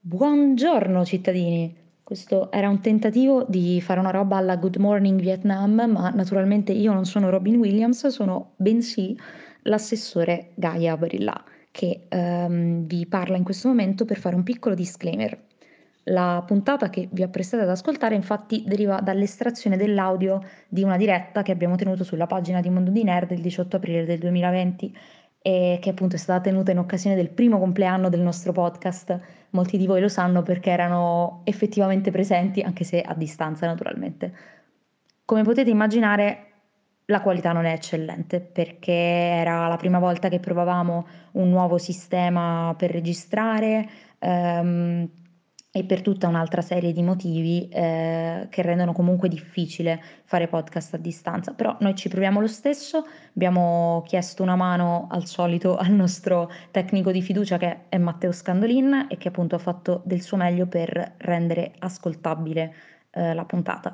Buongiorno cittadini. Questo era un tentativo di fare una roba alla Good Morning Vietnam, ma naturalmente io non sono Robin Williams, sono bensì l'assessore Gaia Barilla, che vi parla in questo momento per fare un piccolo disclaimer. La puntata che vi apprestate ad ascoltare infatti deriva dall'estrazione dell'audio di una diretta che abbiamo tenuto sulla pagina di Mondo di Nerd il 18 aprile del 2020 e che appunto è stata tenuta in occasione del primo compleanno del nostro podcast. Molti di voi lo sanno perché erano effettivamente presenti, anche se a distanza naturalmente. Come potete immaginare, la qualità non è eccellente perché era la prima volta che provavamo un nuovo sistema per registrare e per tutta un'altra serie di motivi che rendono comunque difficile fare podcast a distanza. Però noi ci proviamo lo stesso, abbiamo chiesto una mano al solito al nostro tecnico di fiducia che è Matteo Scandolin e che appunto ha fatto del suo meglio per rendere ascoltabile la puntata.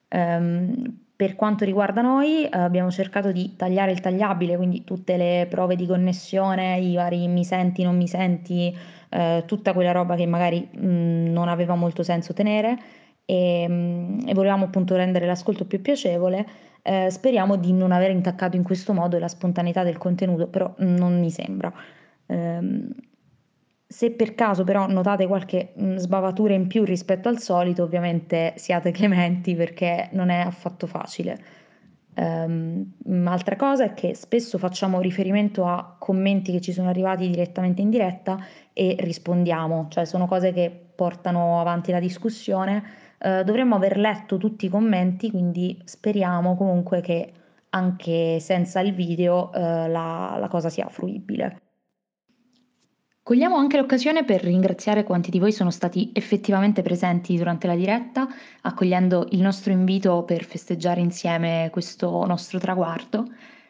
Per quanto riguarda noi, abbiamo cercato di tagliare il tagliabile, quindi tutte le prove di connessione, i vari mi senti, non mi senti, tutta quella roba che magari non aveva molto senso tenere e volevamo appunto rendere l'ascolto più piacevole. Speriamo di non aver intaccato in questo modo la spontaneità del contenuto, però non mi sembra. Ehm, Se per caso però notate qualche sbavatura in più rispetto al solito, ovviamente siate clementi perché non è affatto facile. Altra cosa è che spesso facciamo riferimento a commenti che ci sono arrivati direttamente in diretta e rispondiamo, cioè sono cose che portano avanti la discussione. Dovremmo aver letto tutti i commenti, quindi speriamo comunque che anche senza il video la cosa sia fruibile. Cogliamo anche l'occasione per ringraziare quanti di voi sono stati effettivamente presenti durante la diretta, accogliendo il nostro invito per festeggiare insieme questo nostro traguardo.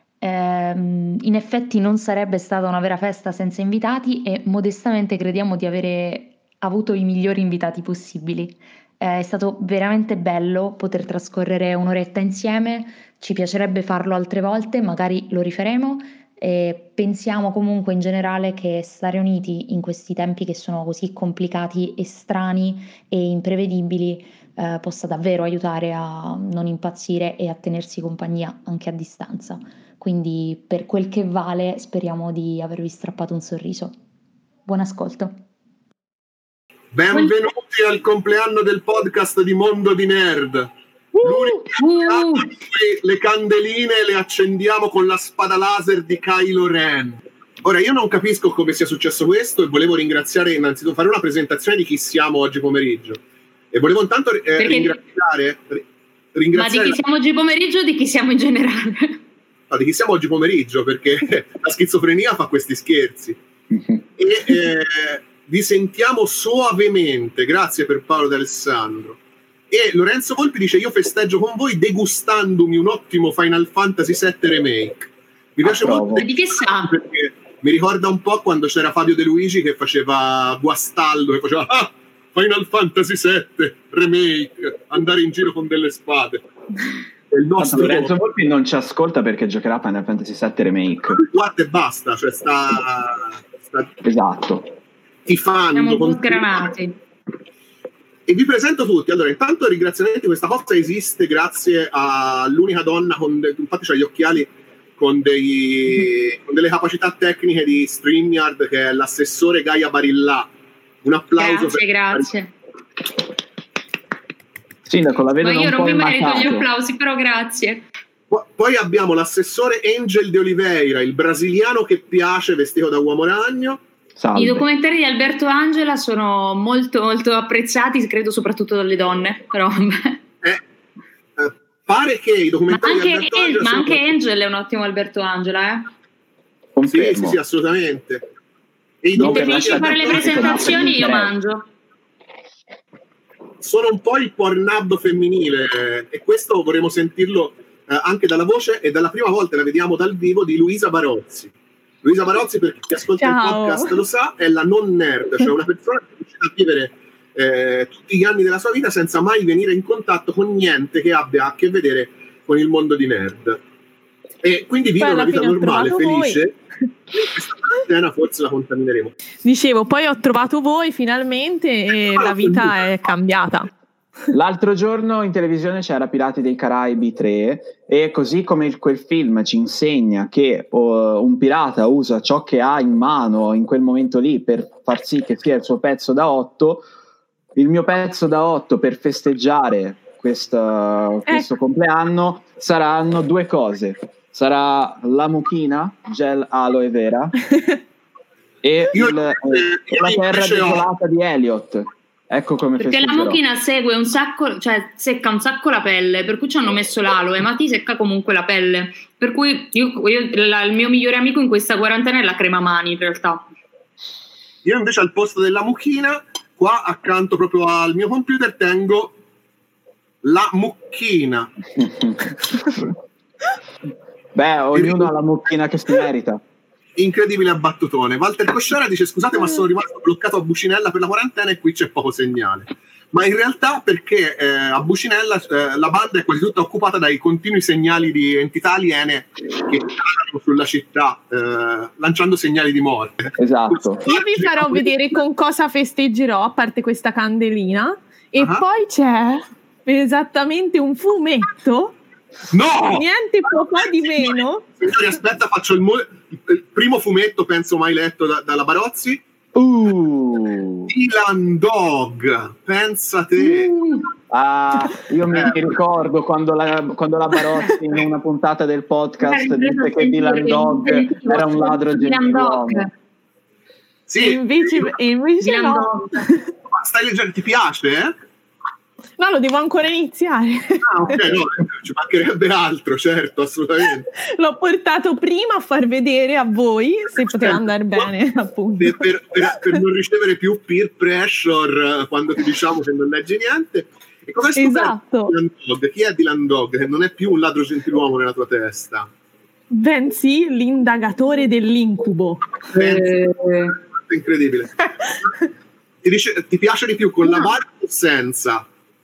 In effetti non sarebbe stata una vera festa senza invitati e modestamente crediamo di avere avuto i migliori invitati possibili. È stato veramente bello poter trascorrere un'oretta insieme, ci piacerebbe farlo altre volte, magari lo rifaremo e pensiamo comunque in generale che stare uniti in questi tempi che sono così complicati e strani e imprevedibili possa davvero aiutare a non impazzire e a tenersi compagnia anche a distanza. Quindi per quel che vale speriamo di avervi strappato un sorriso. Buon ascolto. Benvenuti al compleanno del podcast di Mondo di Nerd. Le candeline le accendiamo con la spada laser di Kylo Ren. Ora, io non capisco come sia successo questo e volevo ringraziare innanzitutto, fare una presentazione di chi siamo oggi pomeriggio. E volevo intanto ringraziare Ma di chi siamo oggi pomeriggio o di chi siamo in generale? No, di chi siamo oggi pomeriggio, perché la schizofrenia fa questi scherzi. E vi sentiamo soavemente, grazie per Paolo D'Alessandro. E Lorenzo Volpi dice: io festeggio con voi degustandomi un ottimo Final Fantasy VII Remake. Mi piace molto di che sa? perché mi ricorda un po' quando c'era Fabio De Luigi che faceva Guastaldo, che faceva Final Fantasy VII Remake, andare in giro con delle spade. Il nostro Lorenzo Volpi non ci ascolta perché giocherà Final Fantasy VII Remake. Guarda e basta, cioè sta esatto, tifando. Siamo sgranati. E vi presento tutti. Allora, intanto ringraziamenti, questa cosa esiste grazie all'unica donna infatti c'ha gli occhiali con delle capacità tecniche di StreamYard, che è l'assessore Gaia Barilla. Un applauso. Grazie. Sindaco, la vedo. Ma io non mi merito gli applausi, però grazie. Poi abbiamo l'assessore Angel De Oliveira, il brasiliano che piace, vestito da uomo ragno. Salve. I documentari di Alberto Angela sono molto molto apprezzati, credo soprattutto dalle donne, però pare che i documentari ma anche, di Alberto Angela ma anche Angel è un ottimo Alberto Angela, Sì, assolutamente. E se finisci a fare le presentazioni io mangio. Sono un po' il Pornhub femminile, e questo vorremmo sentirlo anche dalla voce, e dalla prima volta la vediamo dal vivo, di Luisa Barozzi. Luisa Barozzi, per chi ascolta il podcast lo sa, è la non nerd, cioè una persona che è riuscita a vivere tutti gli anni della sua vita senza mai venire in contatto con niente che abbia a che vedere con il mondo di nerd. E quindi vivo una vita normale, felice. In questa quarantena forse la contamineremo. Dicevo, poi ho trovato voi finalmente e la vita è cambiata. L'altro giorno in televisione c'era Pirati dei Caraibi 3 e così come quel film ci insegna che un pirata usa ciò che ha in mano in quel momento lì per far sì che sia il suo pezzo da 8, il mio pezzo da 8 per festeggiare questo compleanno saranno due cose. Sarà la mucchina, gel aloe vera e la terra desolata di Elliot. Ecco come perché festeggerò. la mucchina segue un sacco, cioè secca un sacco la pelle, per cui ci hanno messo l'aloe, ma ti secca comunque la pelle. Per cui il mio migliore amico in questa quarantena è la crema mani, in realtà. Io invece al posto della mucchina, qua accanto proprio al mio computer, tengo la mucchina. Beh, ognuno ha la mucchina che si merita. Incredibile abbattutone. Walter Cosciara dice: scusate, ma sono rimasto bloccato a Bucinella per la quarantena e qui c'è poco segnale. Ma in realtà perché a Bucinella la banda è quasi tutta occupata dai continui segnali di entità aliene che tirano sulla città, lanciando segnali di morte. Esatto. Io vi farò vedere con cosa festeggerò, a parte questa candelina, e poi c'è esattamente un fumetto. No! Niente po' di meno. Signori, aspetta, faccio il primo fumetto, penso mai letto dalla Barozzi. Dylan Dog, pensa te. Io mi ricordo quando la Barozzi in una puntata del podcast disse che Dylan Dog era un ladro gentiluomo. Sì, invece no. Ma stai leggendo, ti piace? No, lo devo ancora iniziare. Ok, no, ci mancherebbe altro, certo, assolutamente. L'ho portato prima a far vedere a voi se poteva andare bene, appunto. Per non ricevere più peer pressure quando ti diciamo che non leggi niente. E cosa hai scoperto? Esatto. Dylan Dog? Chi è Dylan Dog? Che non è più un ladro gentiluomo nella tua testa. Bensì l'indagatore dell'incubo. Incredibile. Ti piace di più con la barba o senza?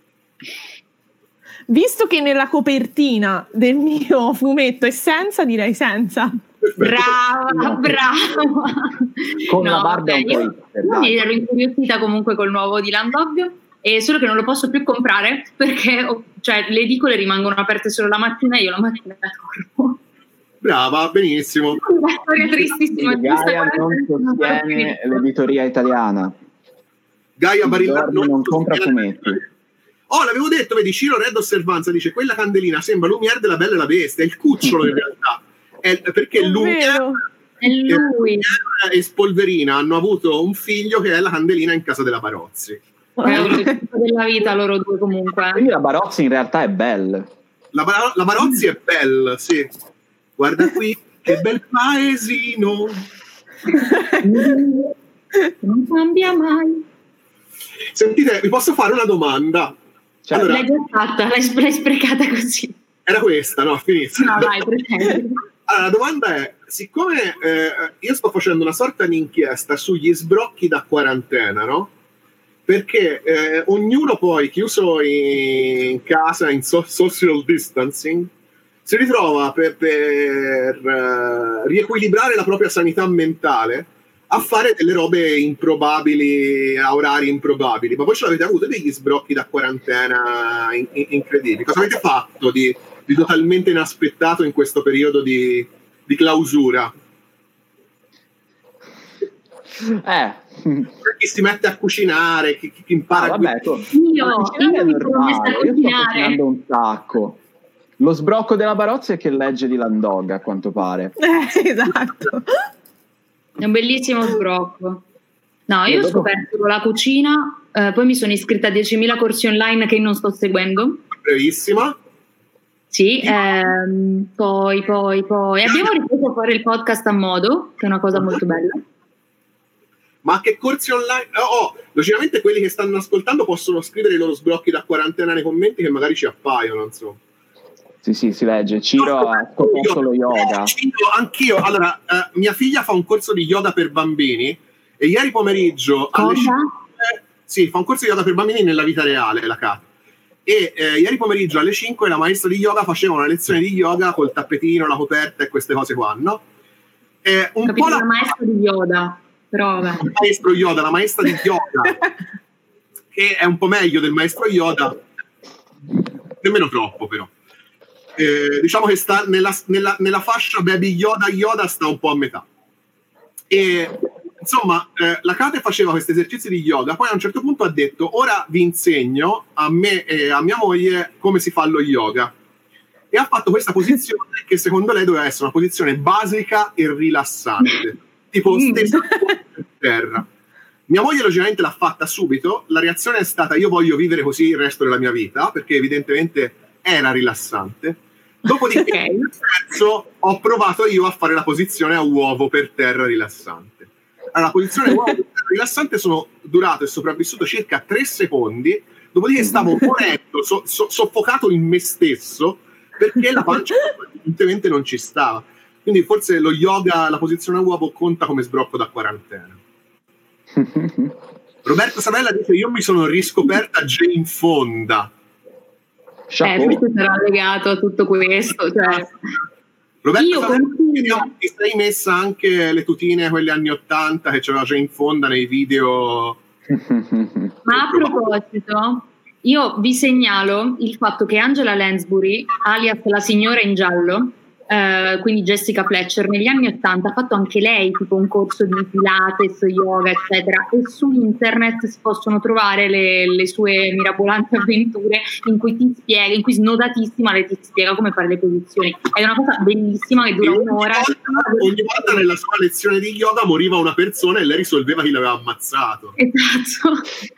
Visto che nella copertina del mio fumetto è senza, direi senza. Brava. Con la barba io mi ero incuriosita comunque col nuovo Dylan Dog, e solo che non lo posso più comprare perché le edicole rimangono aperte solo la mattina e io la mattina corro. Brava, benissimo. Una storia tristissima. Gaia non sostiene l'editoria italiana. Gaia Barilla non compra fumetti. L'avevo detto, vedi, Ciro Red Osservanza dice: quella candelina sembra Lumière della Bella e la Bestia, è il cucciolo in realtà. Perché Lumière e Spolverina hanno avuto un figlio che è la candelina in casa della Barozzi. Della vita loro due comunque. Quindi la Barozzi in realtà è bella. La Barozzi è bella, sì. Guarda qui, che bel paesino. Non cambia mai. Sentite, vi posso fare una domanda? Allora, l'hai già fatta, l'hai sprecata così. Era questa, no? Finizio. No, vai, pretendo. Allora, la domanda è: siccome io sto facendo una sorta di inchiesta sugli sbrocchi da quarantena, no? Perché ognuno poi, chiuso in casa, in social distancing, si ritrova per riequilibrare la propria sanità mentale a fare delle robe improbabili a orari improbabili. Ma voi ce l'avete avuto degli sbrocchi da quarantena incredibili? Cosa avete fatto di totalmente inaspettato in questo periodo di clausura? Chi si mette a cucinare, chi impara io mi sono messa a cucinare. Io sto cucinando un sacco. Lo sbrocco della Barozzi è che legge di Dylan Dog, a quanto pare. Esatto. È un bellissimo sbrocco. No, io ho scoperto la cucina, poi mi sono iscritta a 10.000 corsi online che non sto seguendo. Bravissima. Sì, poi abbiamo ripreso a fare il podcast a modo, che è una cosa molto bella. Ma che corsi online? Logicamente quelli che stanno ascoltando possono scrivere i loro sbrocchi da quarantena nei commenti, che magari ci appaiono, insomma. Sì, si legge. Ciro ha scoperto lo yoga. Anch'io. Allora, mia figlia fa un corso di yoga per bambini e ieri pomeriggio alle 5, sì, fa un corso di yoga per bambini nella vita reale, la Kat. e ieri pomeriggio alle 5 la maestra di yoga faceva una lezione di yoga col tappetino, la coperta e queste cose qua, no? Un Capito, po' la maestra di Yoda, però vabbè. Il maestro Yoda, la maestra di yoga, che è un po' meglio del maestro Yoda, nemmeno troppo però. Diciamo che sta nella fascia Baby Yoda sta un po' a metà. E insomma, la Kate faceva questi esercizi di yoga, poi a un certo punto ha detto: ora vi insegno a me e a mia moglie come si fa lo yoga, e ha fatto questa posizione che secondo lei doveva essere una posizione basica e rilassante, tipo stessa per terra. Mia moglie logicamente l'ha fatta subito, la reazione è stata: io voglio vivere così il resto della mia vita, perché evidentemente era rilassante. Dopodiché ho provato io a fare la posizione a uovo per terra rilassante. Allora, la posizione a uovo per terra rilassante sono durato e sopravvissuto circa 3 secondi, dopodiché stavo morendo, soffocato in me stesso, perché la pancia evidentemente non ci stava. Quindi forse lo yoga, la posizione a uovo, conta come sbrocco da quarantena. Roberto Savella dice: io mi sono riscoperta Jane Fonda. Questo sarà legato a tutto questo, cioè. Roberto Io Savella, ti sei messa anche le tutine quelle anni 80 che c'era Jane Fonda nei video? Ma a proposito, io vi segnalo il fatto che Angela Lansbury, alias la signora in giallo, quindi Jessica Fletcher, negli anni 80 ha fatto anche lei tipo un corso di Pilates, yoga eccetera, e su internet si possono trovare le sue mirabolanti avventure in cui ti spiega, in cui snodatissima lei ti spiega come fare le posizioni. È una cosa bellissima che dura un'ora. Ogni volta nella sua lezione di yoga moriva una persona e lei risolveva chi l'aveva ammazzato. Esatto.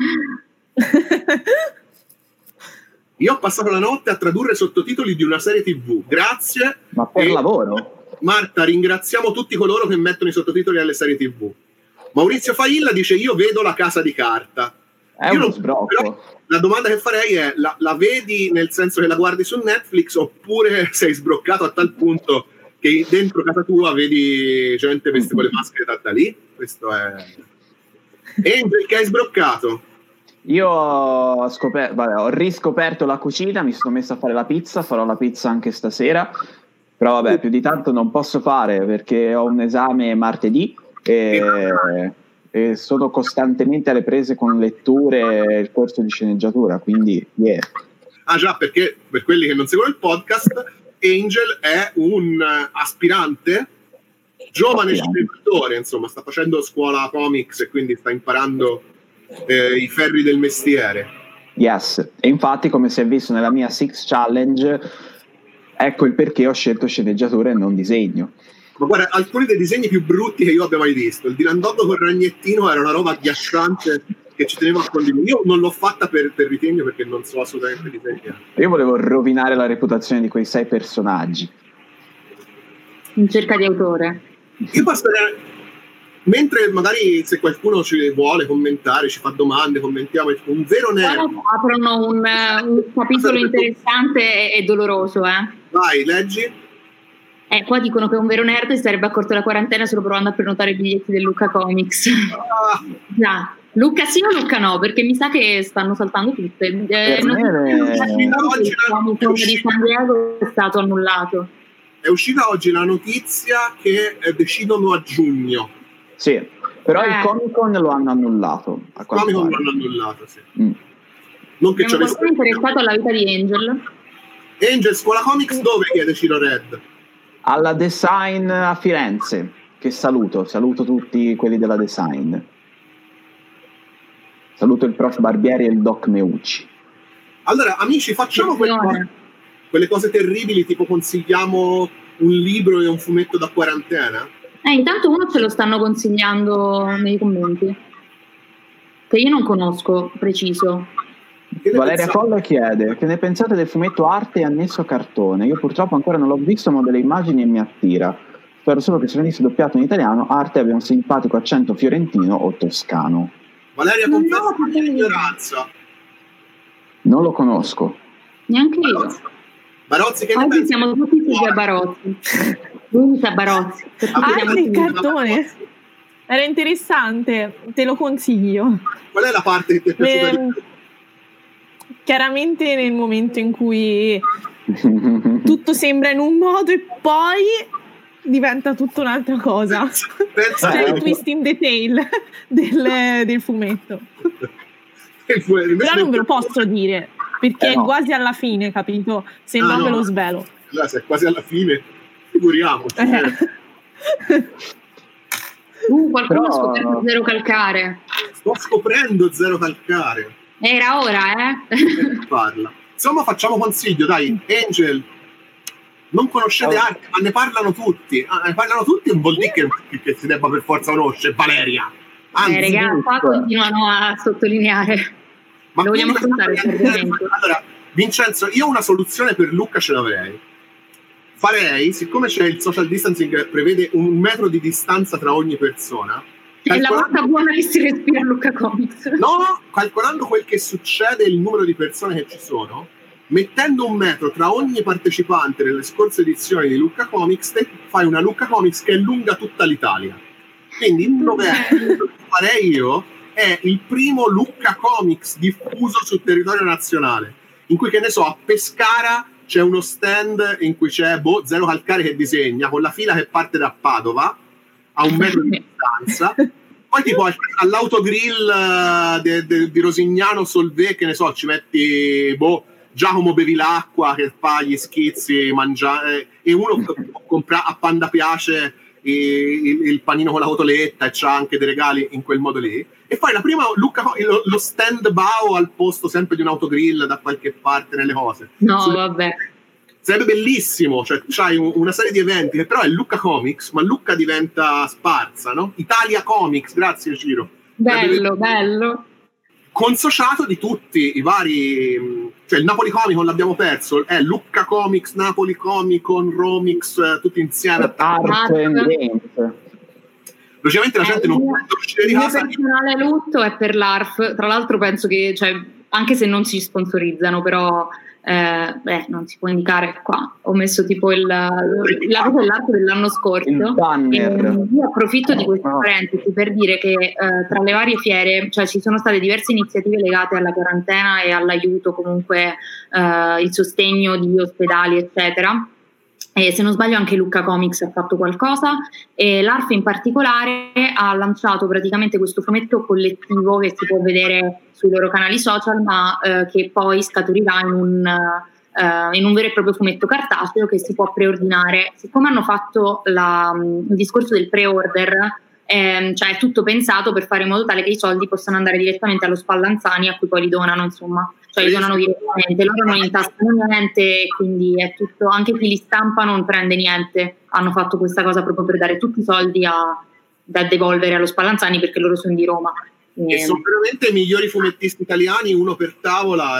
Io ho passato la notte a tradurre sottotitoli di una serie TV. Grazie. Ma per lavoro? Marta, ringraziamo tutti coloro che mettono i sottotitoli alle serie TV. Maurizio Failla dice: io vedo La Casa di Carta. È uno sbrocco. Però la domanda che farei è: la vedi nel senso che la guardi su Netflix, oppure sei sbroccato a tal punto che dentro casa tua vedi gente vestita con le maschere da lì? Questo è... Angel, che hai sbroccato? Io ho riscoperto la cucina, mi sono messo a fare la pizza, farò la pizza anche stasera, però vabbè, più di tanto non posso fare perché ho un esame martedì e sono costantemente alle prese con letture e il corso di sceneggiatura, quindi yeah. Ah già, perché per quelli che non seguono il podcast, Angel è un aspirante, giovane sceneggiatore, insomma, sta facendo scuola comics e quindi sta imparando i ferri del mestiere. Yes, e infatti, come si è visto nella mia Six Challenge, ecco il perché ho scelto sceneggiatura e non disegno. Ma guarda, alcuni dei disegni più brutti che io abbia mai visto, il Dirandotto con Ragnettino era una roba agghiacciante che ci tenevo a condividere. Io non l'ho fatta per ritegno perché non so assolutamente disegnare. Io volevo rovinare la reputazione di quei 6 personaggi in cerca di autore. Io passerei, mentre magari se qualcuno ci vuole commentare, ci fa domande, commentiamo. Un vero nerd. Aprono un capitolo interessante e doloroso, Vai, leggi. Qua dicono che un vero nerd si sarebbe accorto della quarantena solo provando a prenotare i biglietti del Lucca Comics. Già. Lucca sì o Lucca no? Perché mi sa che stanno saltando tutte. Il Comic di San Diego è stato annullato. È uscita oggi la notizia che decidono a giugno. Sì, però il Comic-Con lo hanno annullato. Il Comic-Con lo hanno annullato, sì. Non che ci qualcuno interessato alla vita di Angel. Angel, scuola comics dove chiede Ciro Red? Alla Design a Firenze, che saluto tutti quelli della Design. Saluto il prof Barbieri e il doc Meucci. Allora, amici, facciamo quelle cose terribili, tipo consigliamo un libro e un fumetto da quarantena? Intanto uno ce lo stanno consigliando nei commenti, che io non conosco preciso. Valeria Colla chiede: che ne pensate del fumetto arte annesso cartone? Io purtroppo ancora non l'ho visto, ma delle immagini e mi attira. Spero solo che se venisse doppiato in italiano, arte abbia un simpatico accento fiorentino o toscano. Valeria, confessa la mia ignoranza. Non lo conosco. Neanche io. Barozzi, che ne pensi? Siamo tutti sugli a Barozzi. Lui sa Barozzi. Arte il cartone. Era interessante, te lo consiglio. Qual è la parte che ti è piaciuta di più? chiaramente nel momento in cui tutto sembra in un modo e poi diventa tutta un'altra cosa. C'è il twist in the tail del fumetto. Però non ve lo posso dire perché è quasi alla fine, capito? Se no ve lo svelo. Allora, se è quasi alla fine, figuriamoci. Qualcuno ha scoperto Zero Calcare. Sto scoprendo Zero Calcare. Era ora, Parla. Insomma, facciamo consiglio, dai. Angel, non conoscete Ark, ma ne parlano tutti. Ne parlano tutti, non vuol dire che si debba per forza conoscere Valeria. Anzi, ragazzi, qua continuano a sottolineare. Ma lo vogliamo affrontare il argomento. Allora, Vincenzo, io una soluzione per Luca ce l'avrei. Farei, siccome c'è il social distancing che prevede 1 metro di distanza tra ogni persona, è la volta buona che si respira a Lucca Comics. No, calcolando quel che succede e il numero di persone che ci sono, mettendo 1 metro tra ogni partecipante nelle scorse edizioni di Lucca Comics, te fai una Lucca Comics che è lunga tutta l'Italia. Quindi in novembre quello che farei io è il primo Lucca Comics diffuso sul territorio nazionale, in cui, che ne so, a Pescara c'è uno stand in cui c'è Zero Calcare che disegna, con la fila che parte da Padova a 1 metro di distanza. Poi tipo all'autogrill di Rosignano Solvay, che ne so, ci metti Giacomo Bevilacqua che fa gli schizzi, mangiare, e uno compra a Panda Piace il panino con la cotoletta e c'ha anche dei regali in quel modo lì, e fai la prima lo stand bao al posto sempre di un autogrill da qualche parte nelle cose. Vabbè, sarebbe bellissimo, cioè c'hai una serie di eventi che però è Lucca Comics, ma Lucca diventa sparsa, no? Italia Comics, grazie Ciro. Bello. Consociato di tutti i vari, cioè il Napoli Comic Con l'abbiamo perso, è Lucca Comics, Napoli Comic Con, Romix, tutti insieme. Art and Games. Logicamente la gente non può uscire di casa. Il mio personale lutto è per l'ARF, tra l'altro penso che, cioè, anche se non si sponsorizzano, però non si può indicare qua. Ho messo tipo l'arte dell'anno scorso. Io approfitto di questa parentesi per dire che tra le varie fiere, cioè, ci sono state diverse iniziative legate alla quarantena e all'aiuto, comunque il sostegno di ospedali, eccetera. E se non sbaglio anche Lucca Comics ha fatto qualcosa, e l'ARF in particolare ha lanciato praticamente questo fumetto collettivo che si può vedere sui loro canali social, ma che poi scaturirà in un vero e proprio fumetto cartaceo che si può preordinare. Siccome hanno fatto il discorso del pre-order, cioè è tutto pensato per fare in modo tale che i soldi possano andare direttamente allo Spallanzani, a cui poi li donano, insomma, cioè li donano direttamente, loro non intassano niente, quindi è tutto, anche chi li stampa non prende niente. Hanno fatto questa cosa proprio per dare tutti i soldi da devolvere allo Spallanzani, perché loro sono di Roma. E sono veramente i migliori fumettisti italiani, uno per tavola.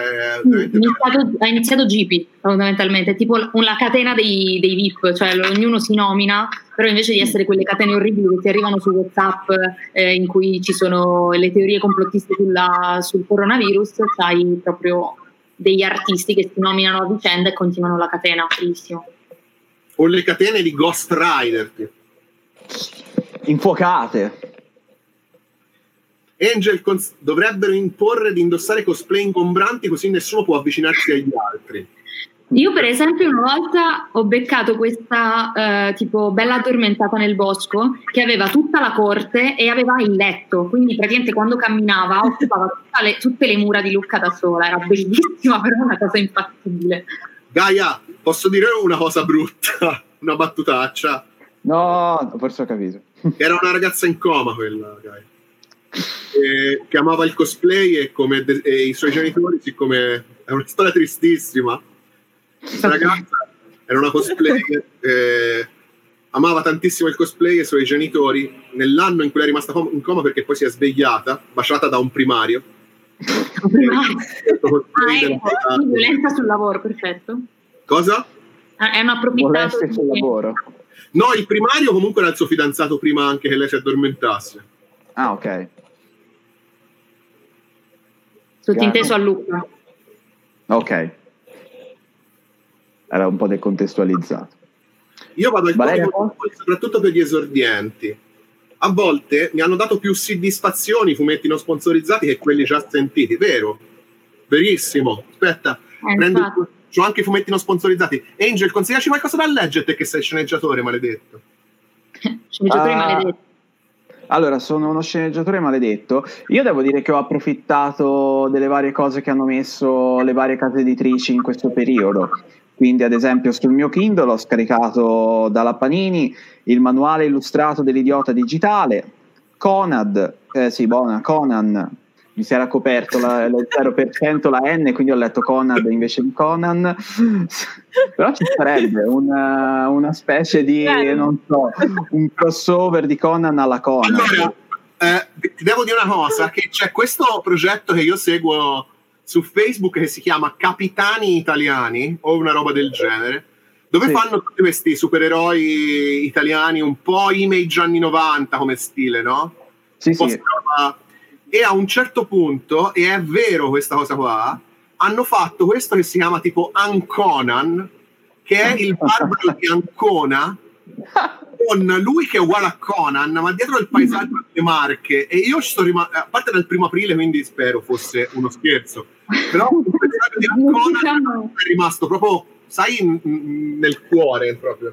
Ha iniziato GP fondamentalmente, tipo una catena dei VIP, cioè ognuno si nomina, però invece di essere quelle catene orribili che ti arrivano su WhatsApp in cui ci sono le teorie complottiste sul coronavirus, c'hai proprio degli artisti che si nominano a vicenda e continuano la catena. Bellissimo. O le catene di Ghost Rider infuocate. Angel dovrebbero imporre di indossare cosplay ingombranti, così nessuno può avvicinarsi agli altri. Io per esempio una volta ho beccato questa tipo bella addormentata nel bosco che aveva tutta la corte e aveva il letto, quindi praticamente quando camminava occupava tutte le mura di Lucca da sola. Era bellissima, però una cosa infattibile. Gaia, posso dire una cosa brutta? Una battutaccia? No, forse ho capito. Era una ragazza in coma quella, Gaia, che amava il cosplay e i suoi genitori, siccome è una storia tristissima, questa ragazza era una cosplayer, amava tantissimo il cosplay, e i suoi genitori, nell'anno in cui è rimasta in coma perché poi si è svegliata baciata da un primario, violenza sul lavoro, perfetto. Cosa? È un approfittato sul lavoro. No, il primario comunque era il suo fidanzato prima anche che lei si addormentasse. Ah, ok. Sottinteso a Lucca. Ok. Era un po' decontestualizzato. Io vado al comico soprattutto per gli esordienti. A volte mi hanno dato più soddisfazioni i fumetti non sponsorizzati che quelli già sentiti, vero? Verissimo. Aspetta, c'ho anche i fumetti non sponsorizzati. Angel, consigliaci qualcosa da leggere, te che sei sceneggiatore maledetto. Sceneggiatore maledetto. Allora, sono uno sceneggiatore maledetto. Io devo dire che ho approfittato delle varie cose che hanno messo le varie case editrici in questo periodo. Quindi, ad esempio, sul mio Kindle ho scaricato dalla Panini il manuale illustrato dell'idiota digitale, Conan, mi si era coperto il 0% la N, quindi ho letto Conad invece di Conan. Però ci sarebbe una specie di, non so, un crossover di Conan alla Conan. Allora, ti devo dire una cosa, che c'è questo progetto che io seguo su Facebook che si chiama Capitani Italiani, o una roba del genere, dove fanno tutti questi supereroi italiani un po' image anni 90 come stile, no? Sì. E a un certo punto, e è vero questa cosa qua, hanno fatto questo che si chiama tipo Anconan, che è il barbaro di Ancona, con lui che è uguale a Conan, ma dietro il paesaggio delle Marche. E io ci sono rimasto, a parte dal 1 aprile, quindi spero fosse uno scherzo, però il paesaggio di Ancona è rimasto proprio, sai, nel cuore proprio.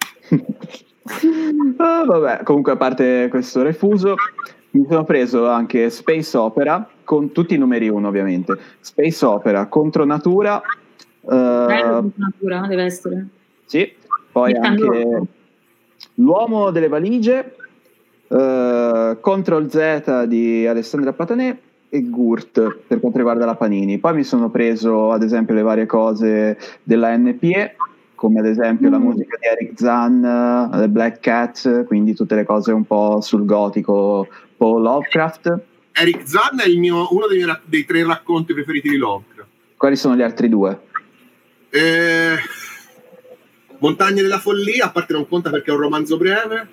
Vabbè, comunque, a parte questo refuso, mi sono preso anche Space Opera, con tutti i numeri 1 ovviamente. Space Opera, Contro Natura. Contro Natura, deve essere. Sì, poi anche L'uomo delle valigie, Control Z di Alessandra Patanè e Gurt per quanto riguarda la Panini. Poi mi sono preso ad esempio le varie cose della NPE, come ad esempio la musica di Eric Zahn, The Black Cat, quindi tutte le cose un po' sul gotico, Paul Lovecraft. Eric Zahn è uno dei 3 racconti preferiti di Lovecraft. Quali sono gli altri 2? Montagne della follia, a parte non conta perché è un romanzo breve.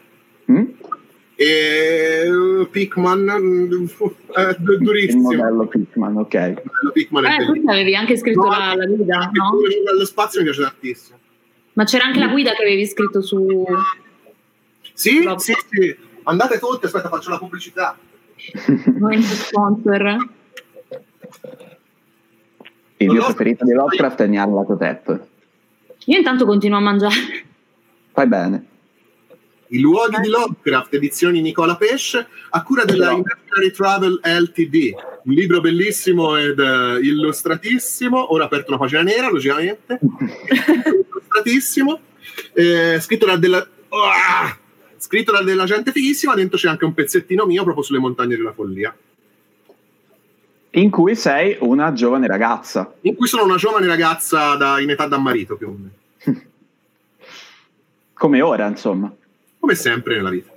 E Pickman, durissimo. Il modello Pickman, ok. Pickman tu avevi anche scritto la guida, no? Lo spazio mi piace tantissimo. Ma c'era anche la guida che avevi scritto su... Sì. Andate tutti, aspetta, faccio la pubblicità. Sponsor. Il mio preferito di Lovecraft è Nyarlathotep. Io intanto continuo a mangiare. Fai bene. I luoghi di Lovecraft, edizioni Nicola Pesce, a cura della Imaginary Travel Ltd. Un libro bellissimo ed illustratissimo, ora aperto una pagina nera, logicamente. Illustratissimo, scritto da della gente fighissima. Dentro c'è anche un pezzettino mio proprio sulle montagne della follia, in cui sei una giovane ragazza. In cui sono una giovane ragazza in età da marito, più o meno. Come ora, insomma. Come sempre nella vita.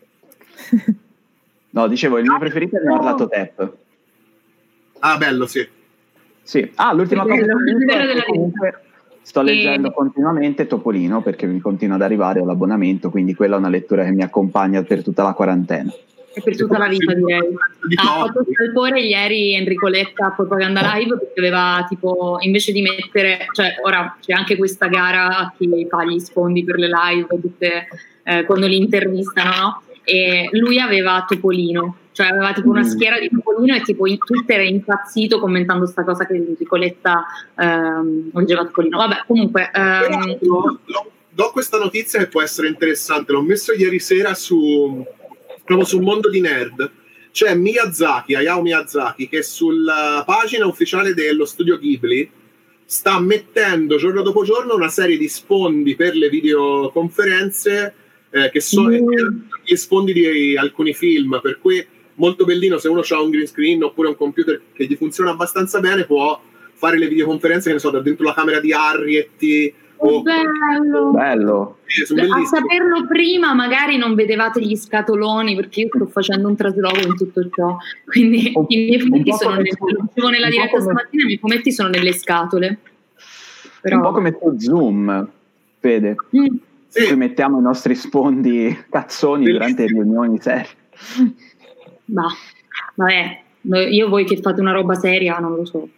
No, dicevo, il mio preferito è Nyarlathotep. Ah, bello, sì. Sì. L'ultima cosa che comunque sto leggendo continuamente Topolino, perché mi continua ad arrivare l'abbonamento, quindi quella è una lettura che mi accompagna per tutta la quarantena. E per tutta la vita, direi. Ha fatto scalpore ieri Enrico Letta a Propaganda Live, perché aveva tipo, invece di mettere, cioè ora c'è anche questa gara a chi fa gli sfondi per le live tutte, quando li intervistano, no? E lui aveva Topolino, cioè aveva tipo una schiera di Topolino e tipo in Twitter è impazzito commentando sta cosa che Enrico Letta leggeva Topolino. Vabbè, comunque do questa notizia che può essere interessante, l'ho messo ieri sera proprio sul Mondo di Nerd. C'è Hayao Miyazaki, che sulla pagina ufficiale dello studio Ghibli sta mettendo giorno dopo giorno una serie di sfondi per le videoconferenze che sono gli sfondi di alcuni film, per cui molto bellino. Se uno ha un green screen oppure un computer che gli funziona abbastanza bene, può fare le videoconferenze, che ne so, da dentro la camera di Harriet. Bello. A saperlo prima magari non vedevate gli scatoloni, perché io sto facendo un trasloco in tutto ciò, quindi i miei fumetti sono nella diretta stamattina, i miei fumetti sono nelle scatole. Però... un po' come su Zoom, Fede. Sì. Poi mettiamo i nostri sfondi cazzoni durante le riunioni serie. Ma vabbè, io voi che fate una roba seria non lo so.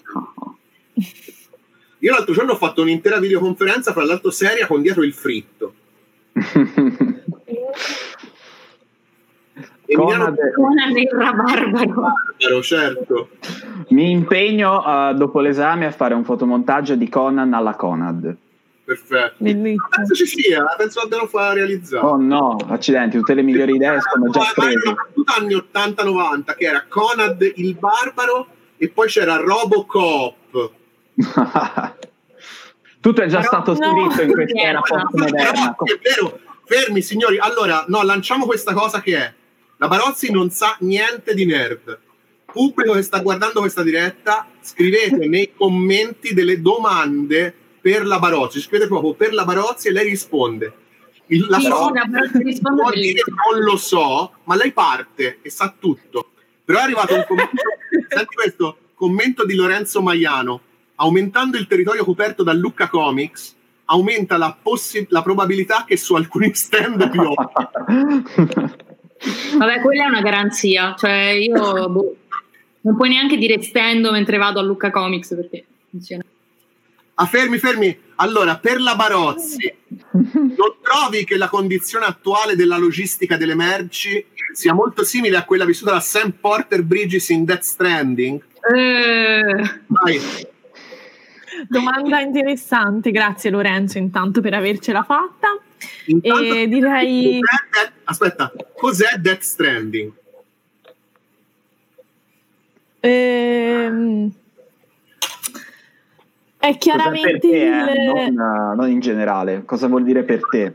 Io l'altro giorno ho fatto un'intera videoconferenza, fra l'altro seria, con dietro il fritto. Conan il rabarbaro, certo. Mi impegno dopo l'esame a fare un fotomontaggio di Conan alla Conad. Perfetto. Penso ci sia, penso abbiano fa realizzare. Oh no, accidenti, tutte le migliori idee sono già prese. Ma anni 80-90 che era Conad il barbaro e poi c'era Robocop. Tutto è già stato scritto in questa era postmoderna. È vero, fermi signori. Allora, no, lanciamo questa cosa che è: la Barozzi non sa niente di nerd. Pubblico che sta guardando questa diretta, scrivete nei commenti delle domande per la Barozzi, scrivete proprio per la Barozzi e lei risponde. La può dire non lo so, ma lei parte e sa tutto. Però è arrivato un commento, senti questo commento di Lorenzo Maiano: aumentando il territorio coperto da Lucca Comics aumenta la probabilità che su alcuni stand piova. Vabbè, quella è una garanzia, cioè io non puoi neanche dire stendo mentre vado a Lucca Comics perché funziona. Fermi. Allora, per la Barozzi, non trovi che la condizione attuale della logistica delle merci sia molto simile a quella vissuta da Sam Porter Bridges in Death Stranding? Vai. Domanda interessante, grazie Lorenzo intanto per avercela fatta. Intanto, e direi... Cos'è Death Stranding? È chiaramente te, non in generale. Cosa vuol dire per te?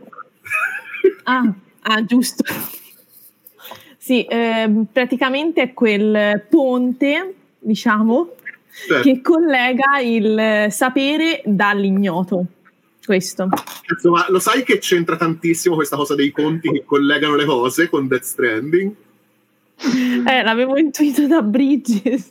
Giusto. Sì, praticamente è quel ponte, diciamo, certo, che collega il sapere dall'ignoto. Questo. Cazzo, ma lo sai che c'entra tantissimo questa cosa dei ponti che collegano le cose con Death Stranding? L'avevo intuito da Bridges.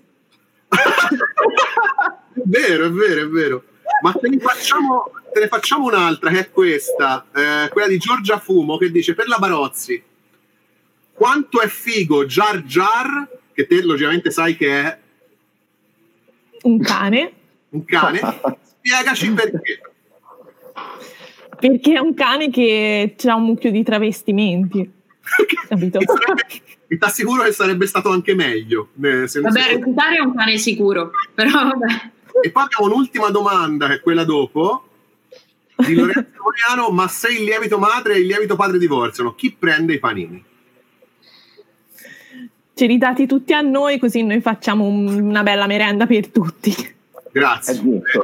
È vero. Ma te ne facciamo un'altra, che è questa, quella di Giorgia Fumo, che dice: per la Barozzi, quanto è figo Jar Jar, che te logicamente sai che è un cane. Spiegaci perché. Perché è un cane che ha un mucchio di travestimenti. Capito? Mi t'assicuro che sarebbe stato anche meglio. Vabbè, reclutare è un cane sicuro, però vabbè. E poi abbiamo un'ultima domanda, che è quella dopo, di Lorenzo Moriano: ma se il lievito madre e il lievito padre divorziano, chi prende i panini? Ce li dati tutti a noi, così noi facciamo una bella merenda per tutti. Grazie.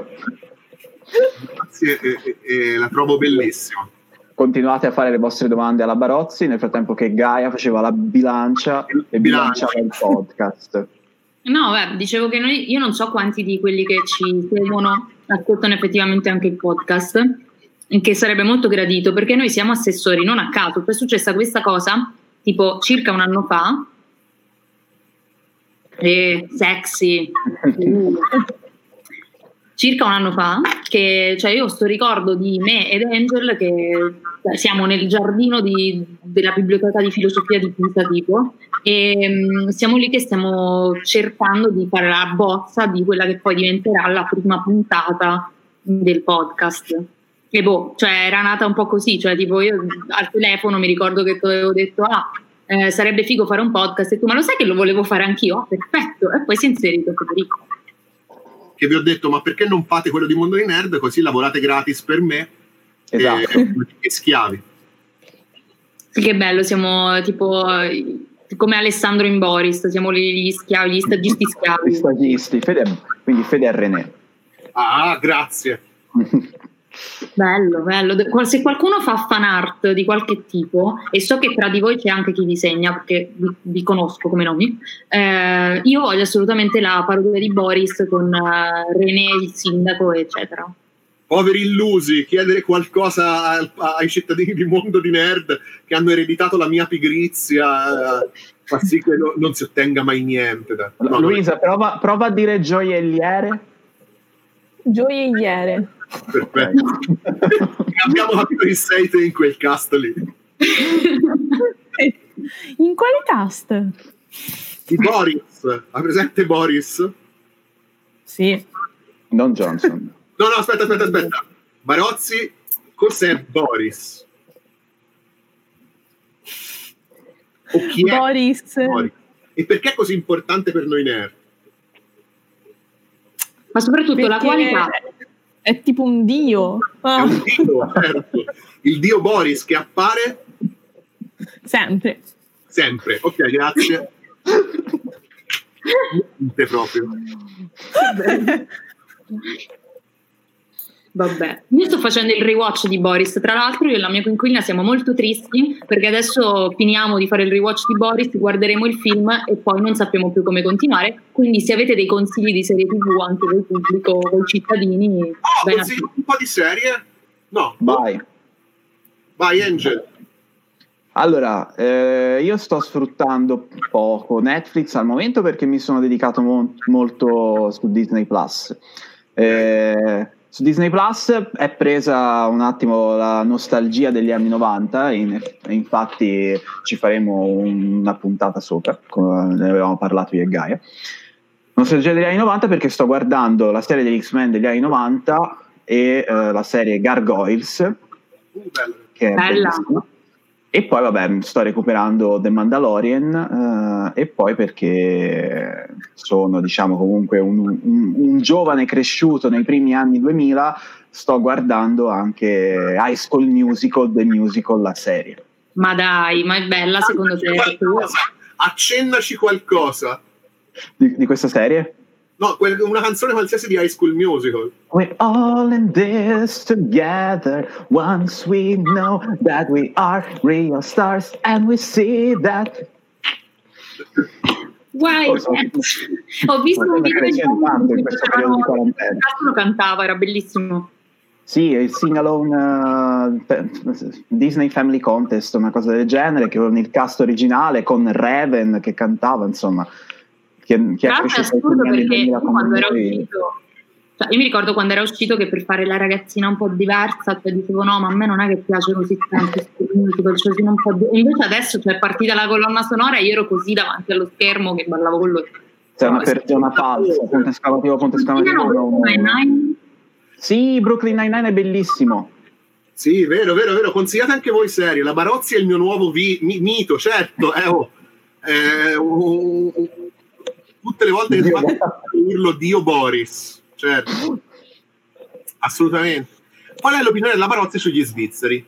Grazie, la trovo bellissima. Continuate a fare le vostre domande alla Barozzi nel frattempo che Gaia faceva la bilancia e bilanciava il podcast. No, dicevo che io non so quanti di quelli che ci seguono ascoltano effettivamente anche il podcast, che sarebbe molto gradito, perché noi siamo assessori, non a caso. È successa questa cosa tipo circa un anno fa. Sexy. Circa un anno fa, che cioè io sto ricordo di me ed Angel che siamo nel giardino della biblioteca di filosofia di Pisa tipo, e siamo lì che stiamo cercando di fare la bozza di quella che poi diventerà la prima puntata del podcast. E cioè era nata un po' così, cioè tipo io al telefono mi ricordo che ti avevo detto sarebbe figo fare un podcast, e tu: ma lo sai che lo volevo fare anch'io? Perfetto. E poi si è inserito Federico, che vi ho detto: ma perché non fate quello di Mondo di Nerd, così lavorate gratis per me? Esatto. E schiavi. Sì, che bello, siamo tipo come Alessandro in Boris, siamo gli schiavi, gli stagisti schiavi. Gli stagisti, quindi Fede e René. Grazie. Bello. Se qualcuno fa fan art di qualche tipo, e so che tra di voi c'è anche chi disegna, perché vi conosco come nomi, io voglio assolutamente la parodia di Boris con René il sindaco eccetera. Poveri illusi, chiedere qualcosa ai cittadini di Mondo di Nerd che hanno ereditato la mia pigrizia fa sì che non si ottenga mai niente. No, Luisa, prova a dire gioielliere. Gioielliere. Perfetto. Abbiamo fatto il 6 in quel cast lì. In quale cast? Di Boris. Ha presente Boris? Sì. Non Johnson. No, aspetta. Barozzi, cos'è Boris? O chi è Boris. E perché è così importante per noi nerd? Ma soprattutto la qualità. È tipo un dio. È un dio, certo. Il dio Boris che appare sempre. Ok, grazie. Niente proprio. Vabbè, io sto facendo il rewatch di Boris, tra l'altro io e la mia coinquilina siamo molto tristi perché adesso finiamo di fare il rewatch di Boris, guarderemo il film e poi non sappiamo più come continuare, quindi se avete dei consigli di serie TV anche del pubblico, voi cittadini, consiglio un po' di serie? No. Vai Angel. Allora, io sto sfruttando poco Netflix al momento perché mi sono dedicato molto su Disney Plus. Su Disney Plus è presa un attimo la nostalgia degli anni 90 e infatti ci faremo una puntata sopra, come ne avevamo parlato io e Gaia. Nostalgia degli anni 90 perché sto guardando la serie degli X-Men degli anni 90 e la serie Gargoyles, che è bellissima. E poi vabbè sto recuperando The Mandalorian e poi perché sono diciamo comunque un giovane cresciuto nei primi anni 2000 sto guardando anche High School Musical, The Musical, la serie. Ma dai, ma è bella secondo te? Accennaci qualcosa di questa serie? No, una canzone qualsiasi di High School Musical. We're all in this together once we know that we are real stars and we see that. Ho visto un video in questo periodo di quarantena. Lo cantava, era bellissimo. Sì, il Sing Alone Disney Family Contest, una cosa del genere, che con il cast originale, con Raven che cantava, insomma. Che è assurdo perché quando era uscito, cioè io mi ricordo quando era uscito che per fare la ragazzina un po' diversa cioè dicevo no, ma a me non è che piace così tanto un po' invece adesso cioè partita la colonna sonora e io ero così davanti allo schermo che ballavo con loro. C'è una persona falsa, ponte esclamativo. Sì, Brooklyn Nine-Nine è bellissimo. Sì, vero, consigliate anche voi serie. La Barozzi è il mio nuovo mito, certo, tutte le volte che faccio urlo Dio Boris, certo, assolutamente. Qual è l'opinione della Barozzi sugli svizzeri?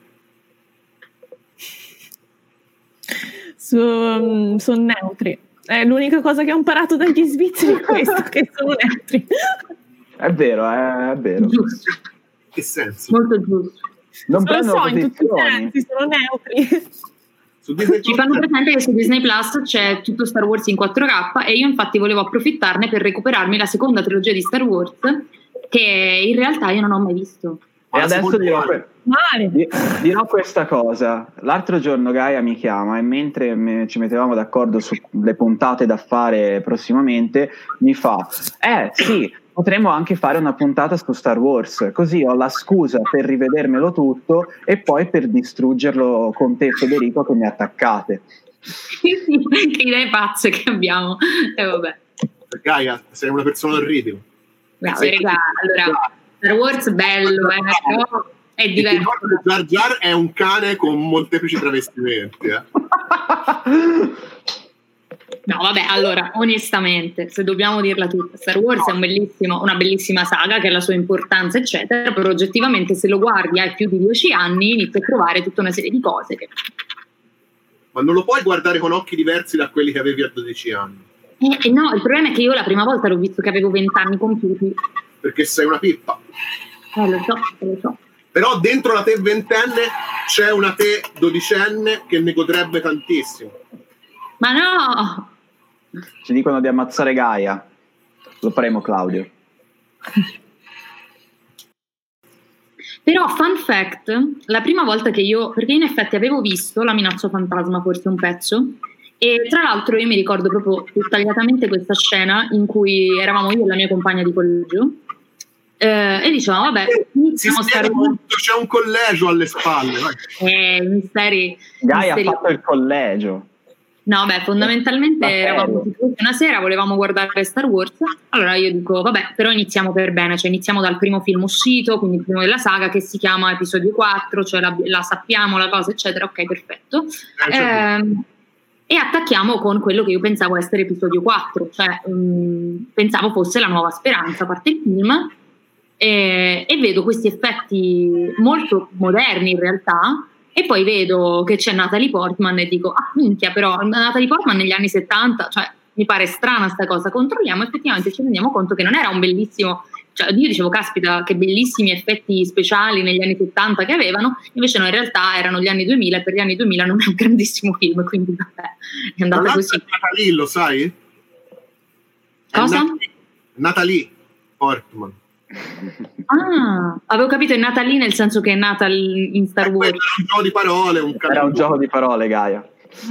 Sono neutri. È l'unica cosa che ho imparato dagli svizzeri è questo, che sono neutri. È vero. Giusto. Che senso? Molto giusto. Non lo so, in tutti i sensi, sono neutri. Ci fanno presente che su Disney Plus c'è tutto Star Wars in 4K e io infatti volevo approfittarne per recuperarmi la seconda trilogia di Star Wars che in realtà io non ho mai visto. E adesso dirò questa cosa. L'altro giorno Gaia mi chiama e mentre ci mettevamo d'accordo sulle puntate da fare prossimamente mi fa sì, potremmo anche fare una puntata su Star Wars, così ho la scusa per rivedermelo tutto e poi per distruggerlo con te Federico che mi attaccate. Che idee pazze che abbiamo. Vabbè. Gaia, sei una persona orribile. Allora Star Wars bello, però è diverso. Jar Jar è un cane con molteplici travestimenti. No, vabbè, allora, onestamente, se dobbiamo dirla tutta, Star Wars è una bellissima saga che ha la sua importanza, eccetera, però oggettivamente se lo guardi hai più di 10 anni inizi a trovare tutta una serie di cose che... Ma non lo puoi guardare con occhi diversi da quelli che avevi a 12 anni. No, il problema è che io la prima volta l'ho visto che avevo 20 anni compiuti. Perché sei una pippa. Lo so. Però dentro la te ventenne c'è una te dodicenne che ne godrebbe tantissimo. Ma no! Ci dicono di ammazzare Gaia. Lo faremo, Claudio. Però, fun fact, la prima volta che perché in effetti avevo visto La minaccia fantasma, forse un pezzo, e tra l'altro io mi ricordo proprio dettagliatamente questa scena in cui eravamo io e la mia compagna di collegio, e dicevamo, vabbè, c'è un collegio alle spalle. Misteri. Gaia ha fatto il collegio. No, beh, fondamentalmente eravamo una sera, volevamo guardare Star Wars, allora io dico, vabbè, però iniziamo per bene, cioè iniziamo dal primo film uscito, quindi il primo della saga, che si chiama Episodio 4, cioè la sappiamo, la cosa, eccetera, ok, perfetto. e attacchiamo con quello che io pensavo essere episodio 4, cioè pensavo fosse la nuova speranza, a parte il film, e vedo questi effetti molto moderni in realtà, e poi vedo che c'è Natalie Portman e dico, ah minchia, però Natalie Portman negli anni 70, cioè mi pare strana sta cosa, controlliamo, effettivamente ci rendiamo conto che non era un bellissimo, cioè io dicevo caspita che bellissimi effetti speciali negli anni 70 che avevano, invece no, in realtà erano gli anni 2000 e per gli anni 2000 non è un grandissimo film, quindi vabbè, è andata così. Natalie, lo sai? Cosa? Natalie Portman. Ah, avevo capito, è Natalie nel senso che è nata in Star Wars. Era un gioco di parole, era un gioco di parole, Gaia.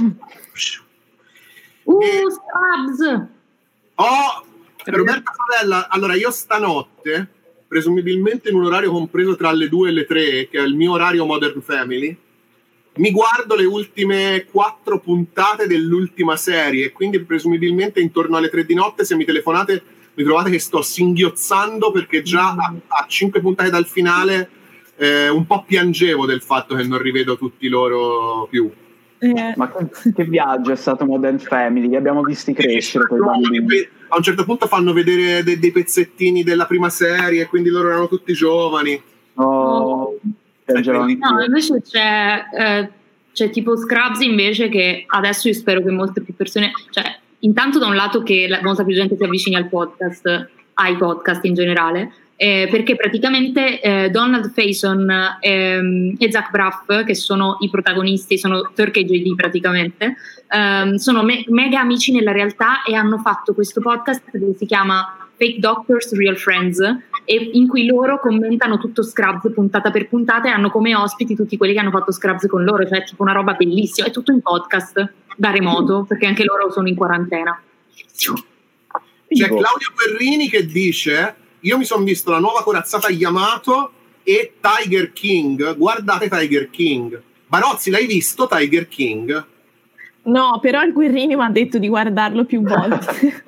Scrubs! Oh, Roberta Favella, allora io stanotte, presumibilmente in un orario compreso tra le 2 e le 3, che è il mio orario Modern Family, mi guardo le ultime 4 puntate dell'ultima serie, quindi presumibilmente intorno alle 3 di notte, se mi telefonate mi trovate che sto singhiozzando perché già a 5 puntate dal finale un po' piangevo del fatto che non rivedo tutti loro più. Ma che viaggio è stato Modern Family, li abbiamo visti crescere quei bambini. A un certo punto fanno vedere dei pezzettini della prima serie, quindi loro erano tutti giovani. No, invece c'è tipo Scrubs invece, che adesso io spero che molte più persone, cioè intanto da un lato che molta più gente si avvicini al podcast, ai podcast in generale, perché praticamente Donald Faison e Zach Braff, che sono i protagonisti, sono Turk e JD praticamente, sono mega amici nella realtà e hanno fatto questo podcast che si chiama Fake Doctors, Real Friends, e in cui loro commentano tutto Scrubs puntata per puntata e hanno come ospiti tutti quelli che hanno fatto Scrubs con loro, cioè tipo una roba bellissima, è tutto in podcast da remoto perché anche loro sono in quarantena. C'è Claudio Guerrini che dice: io mi sono visto la nuova corazzata Yamato e Tiger King, guardate Tiger King. Barozzi, l'hai visto Tiger King? No, però il Guerrini mi ha detto di guardarlo più volte.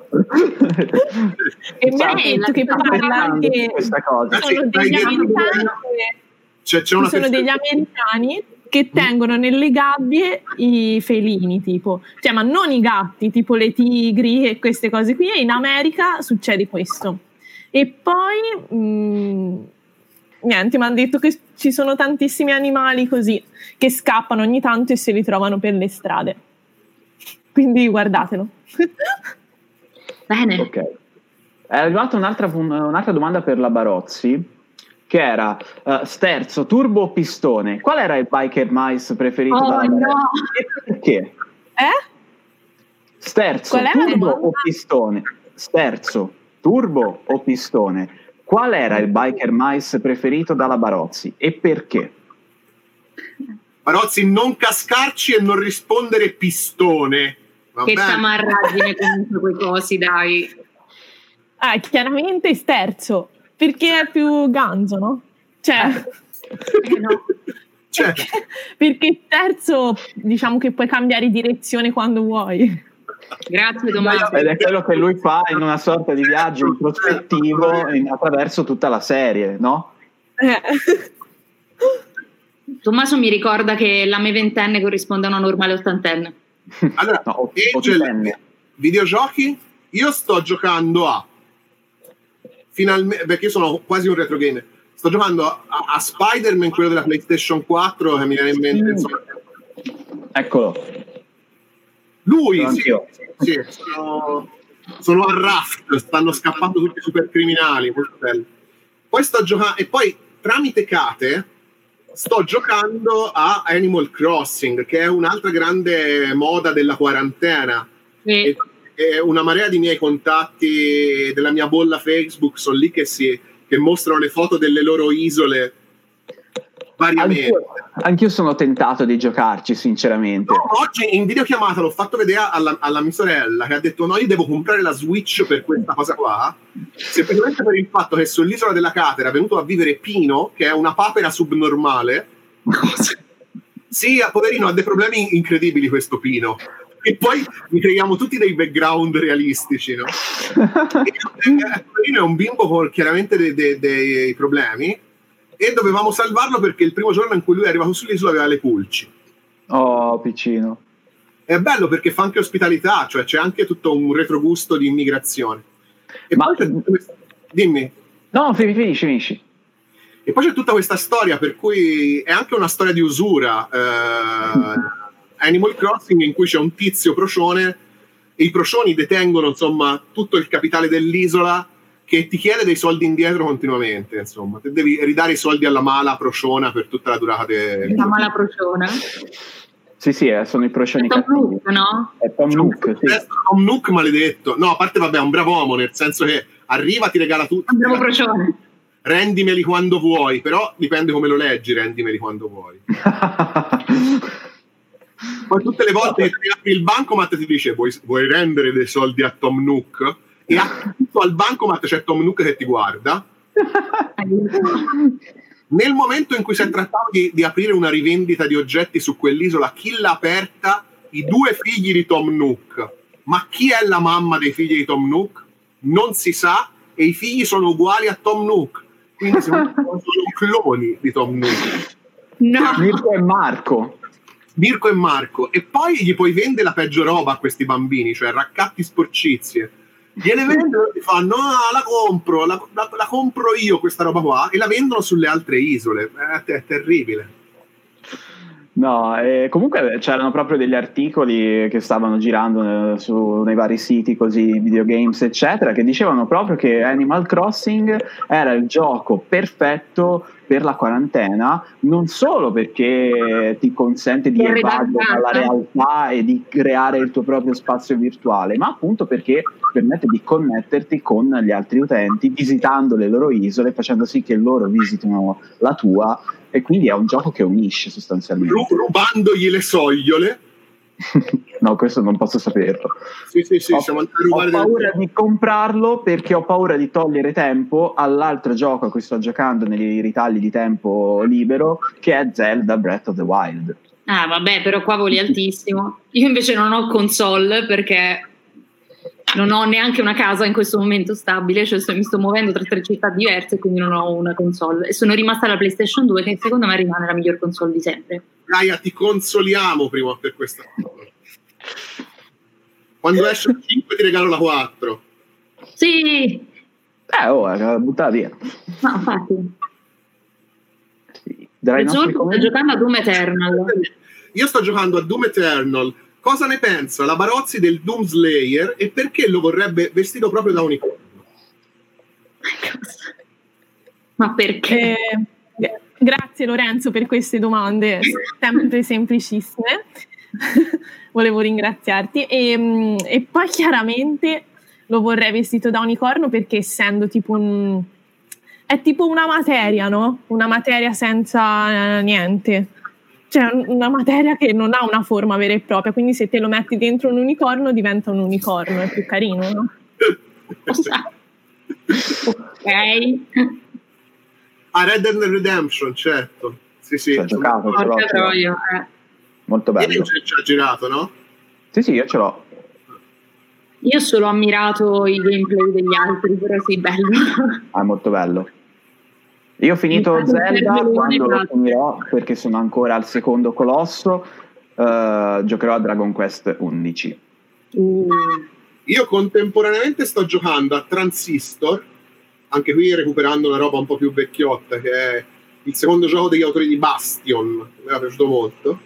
E mi ha detto che parla che sono degli americani, sono degli americani che tengono nelle gabbie i felini, tipo, cioè, ma non i gatti, tipo le tigri e queste cose qui, e in America succede questo. E poi niente, mi hanno detto che ci sono tantissimi animali così che scappano ogni tanto e se li trovano per le strade, quindi guardatelo. Bene. Ok. È arrivata un'altra domanda per la Barozzi, che era sterzo, turbo o pistone? Qual era il biker mice preferito dalla Barozzi? No. E perché? Sterzo, turbo o pistone? Sterzo, turbo o pistone? Qual era il biker mice preferito dalla Barozzi e perché? Barozzi, non cascarci e non rispondere pistone. Che tamarragine comunque quei cosi, dai. Chiaramente sterzo, perché è più ganzo, no? Cioè, no. Perché terzo, diciamo che puoi cambiare direzione quando vuoi. Grazie Tommaso. Ed è quello che lui fa in una sorta di viaggio introspettivo attraverso tutta la serie, no? Tommaso mi ricorda che la me ventenne corrisponde a una normale ottantenne. Allora, no, Angel, videogiochi? Io sto giocando a finalmente, perché io sono quasi un retro gamer, sto giocando a Spider-Man, quello della PlayStation 4, che mi viene in mente, insomma. Eccolo. Lui, sì, sono a Raft, stanno scappando tutti i super criminali, molto bello. Poi sto giocando, e poi tramite Kate sto giocando a Animal Crossing, che è un'altra grande moda della quarantena. E una marea di miei contatti della mia bolla Facebook sono lì che mostrano le foto delle loro isole variamente. Anch'io sono tentato di giocarci, sinceramente. No, oggi in videochiamata l'ho fatto vedere alla mia sorella, che ha detto: no, io devo comprare la Switch per questa cosa qua, semplicemente per il fatto che sull'isola della Catera è venuto a vivere Pino, che è una papera subnormale. Sì, poverino, ha dei problemi incredibili questo Pino. E poi mi creiamo tutti dei background realistici, no? Pino è un bimbo con chiaramente dei problemi, e dovevamo salvarlo perché il primo giorno in cui lui è arrivato sull'isola aveva le pulci. Oh, piccino. È bello perché fa anche ospitalità, cioè c'è anche tutto un retrogusto di immigrazione. E Ma poi dimmi. No, finisci. E poi c'è tutta questa storia per cui è anche una storia di usura. Animal Crossing, in cui c'è un tizio procione e i procioni detengono insomma tutto il capitale dell'isola, che ti chiede dei soldi indietro continuamente, insomma. Te devi ridare i soldi alla mala prociona per tutta la durata La mala prociona? Sì, sono i procioni. È Tom Nook, no? È Tom Nook, sì. Tom Nook maledetto. No, a parte vabbè, è un bravo uomo, nel senso che arriva, ti regala tutto. Un bravo procione. Rendimeli quando vuoi, però dipende come lo leggi, rendimeli quando vuoi. Poi tutte le volte che ti apri il bancomat ti dice vuoi rendere dei soldi a Tom Nook? E accanto al bancomat c'è Tom Nook che ti guarda. Nel momento in cui si è trattato di aprire una rivendita di oggetti su quell'isola, chi l'ha aperta? I 2 figli di Tom Nook. Ma chi è la mamma dei figli di Tom Nook? Non si sa, e i figli sono uguali a Tom Nook. Quindi sono cloni di Tom Nook. No. Mirko e Marco. E poi gli puoi vendere la peggio roba a questi bambini, cioè raccatti, sporcizie. Gliele vendono e ti fanno la compro io questa roba qua, e la vendono sulle altre isole. È terribile. No, comunque c'erano proprio degli articoli che stavano girando nei vari siti così, videogames eccetera, che dicevano proprio che Animal Crossing era il gioco perfetto per la quarantena, non solo perché ti consente di evadere dalla realtà e di creare il tuo proprio spazio virtuale, ma appunto perché permette di connetterti con gli altri utenti visitando le loro isole, facendo sì che loro visitino la tua, e quindi è un gioco che unisce sostanzialmente. Rubandogli le sogliole. No, questo non posso saperlo. Sì, siamo andati a rubare. Ho paura di comprarlo perché ho paura di togliere tempo all'altro gioco a cui sto giocando nei ritagli di tempo libero, che è Zelda Breath of the Wild. Ah, vabbè, però qua voli altissimo. Io invece non ho console perché non ho neanche una casa in questo momento stabile, cioè mi sto muovendo tra 3 città diverse, quindi non ho una console. E sono rimasta alla PlayStation 2, che secondo me rimane la miglior console di sempre. Gaia, ti consoliamo prima per questa cosa. Quando esce la 5 ti regalo la 4. Sì! Buttala via. No, infatti. Sì. Sto giocando a Doom Eternal. Io sto giocando a Doom Eternal. Cosa ne pensa la Barozzi del Doom Slayer e perché lo vorrebbe vestito proprio da unicorno? Ma perché? Grazie Lorenzo per queste domande, sempre semplicissime. Volevo ringraziarti e poi chiaramente lo vorrei vestito da unicorno perché essendo tipo è tipo una materia, no? Una materia senza niente. Cioè una materia che non ha una forma vera e propria, quindi se te lo metti dentro un unicorno diventa un unicorno, è più carino, no? Ok. Red Dead Redemption, certo. Sì. Ci ho giocato, molto bello. Ci ha girato, no? Sì, io ce l'ho. Io ho solo ammirato i gameplay degli altri, però sì, bello. È molto bello. Io ho finito Zelda, quando lo finirò, perché sono ancora al secondo colosso, giocherò a Dragon Quest 11. Io contemporaneamente sto giocando a Transistor, anche qui recuperando una roba un po' più vecchiotta, che è il secondo gioco degli autori di Bastion, mi era piaciuto molto.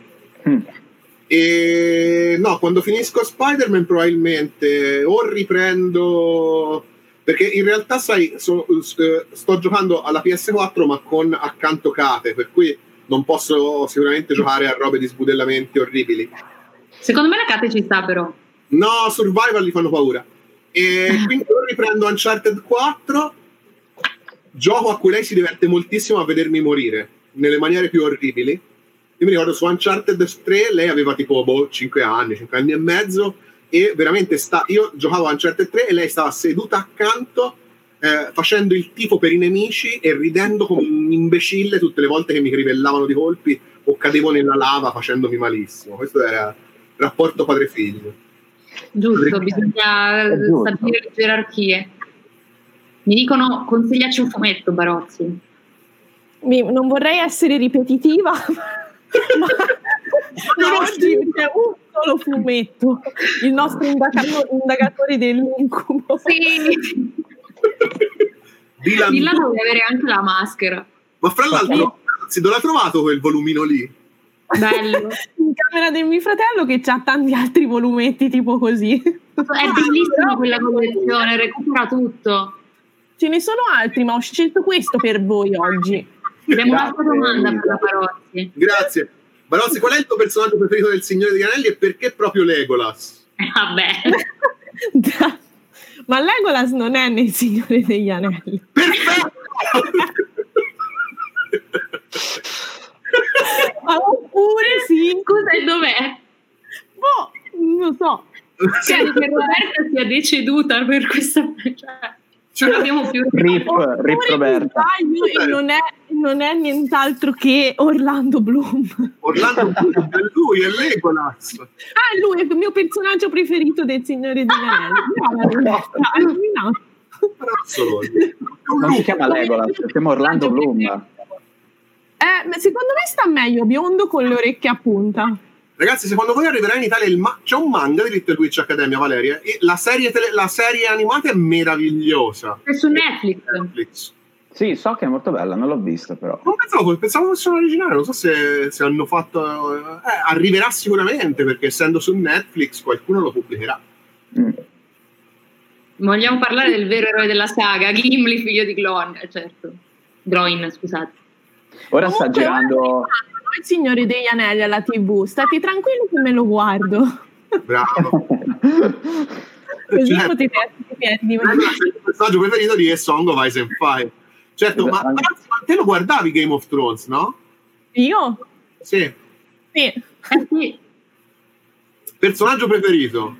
E no, quando finisco Spider-Man probabilmente o riprendo, perché in realtà sai sto giocando alla PS4 ma con accanto Kate, per cui non posso sicuramente giocare a robe di sbudellamenti orribili. Secondo me la Kate ci sta, però no, Survival gli fanno paura, e quindi riprendo Uncharted 4, gioco a cui lei si diverte moltissimo a vedermi morire nelle maniere più orribili. Io mi ricordo su Uncharted 3 lei aveva tipo 5 anni e mezzo, e veramente io giocavo a Uncharted 3 e lei stava seduta accanto facendo il tifo per i nemici e ridendo come un imbecille tutte le volte che mi crivellavano di colpi o cadevo nella lava facendomi malissimo. Questo era il rapporto padre-figlio. Giusto, bisogna stabilire le gerarchie. Mi dicono consigliaci un fumetto, Barozzi. Non vorrei essere ripetitiva, Ma oggi c'è un solo fumetto, il nostro indagatore dell'incubo. Sì. Dylan deve avere anche la maschera. Ma fra l'altro, dove l'ha trovato quel volumino lì? Bello. In camera del mio fratello, che c'ha tanti altri volumetti tipo così. È bellissima quella collezione, recupera tutto. Ce ne sono altri, ma ho scelto questo per voi oggi. Abbiamo un'altra domanda per la Barozzi. Grazie. Barozzi, qual è il tuo personaggio preferito del Signore degli Anelli e perché proprio Legolas? Vabbè. Ma Legolas non è nel Signore degli Anelli. Perfetto! Oppure sì. Scusa, e dov'è? Boh, non lo so. Cioè, che Roberta sia deceduta per questa... non abbiamo più... Rip Roberta. Non è nient'altro che Orlando Bloom. Orlando Bloom, lui è Legolas. Lui è il mio personaggio preferito del Signore degli Anelli. Non si chiama Legolas, si chiama Orlando Bloom. Secondo me sta meglio biondo con le orecchie a punta. Ragazzi, secondo voi arriverà in Italia c'è un manga di Little Witch Academia, Valeria, e la serie animata è meravigliosa. È su Netflix. Sì, so che è molto bella, non l'ho vista però. Non pensavo fosse un originale, non so se hanno fatto... arriverà sicuramente, perché essendo su Netflix qualcuno lo pubblicherà. Vogliamo parlare del vero eroe della saga, Gimli, figlio di Groin, scusate. Ora sta girando... Il Signore degli Anelli alla TV, state tranquilli che me lo guardo. Bravo. Così potete essere pieni. Il personaggio preferito di A Song of Ice and Fire. Certo, ma te lo guardavi Game of Thrones, no? Io? Sì. Sì. Personaggio preferito?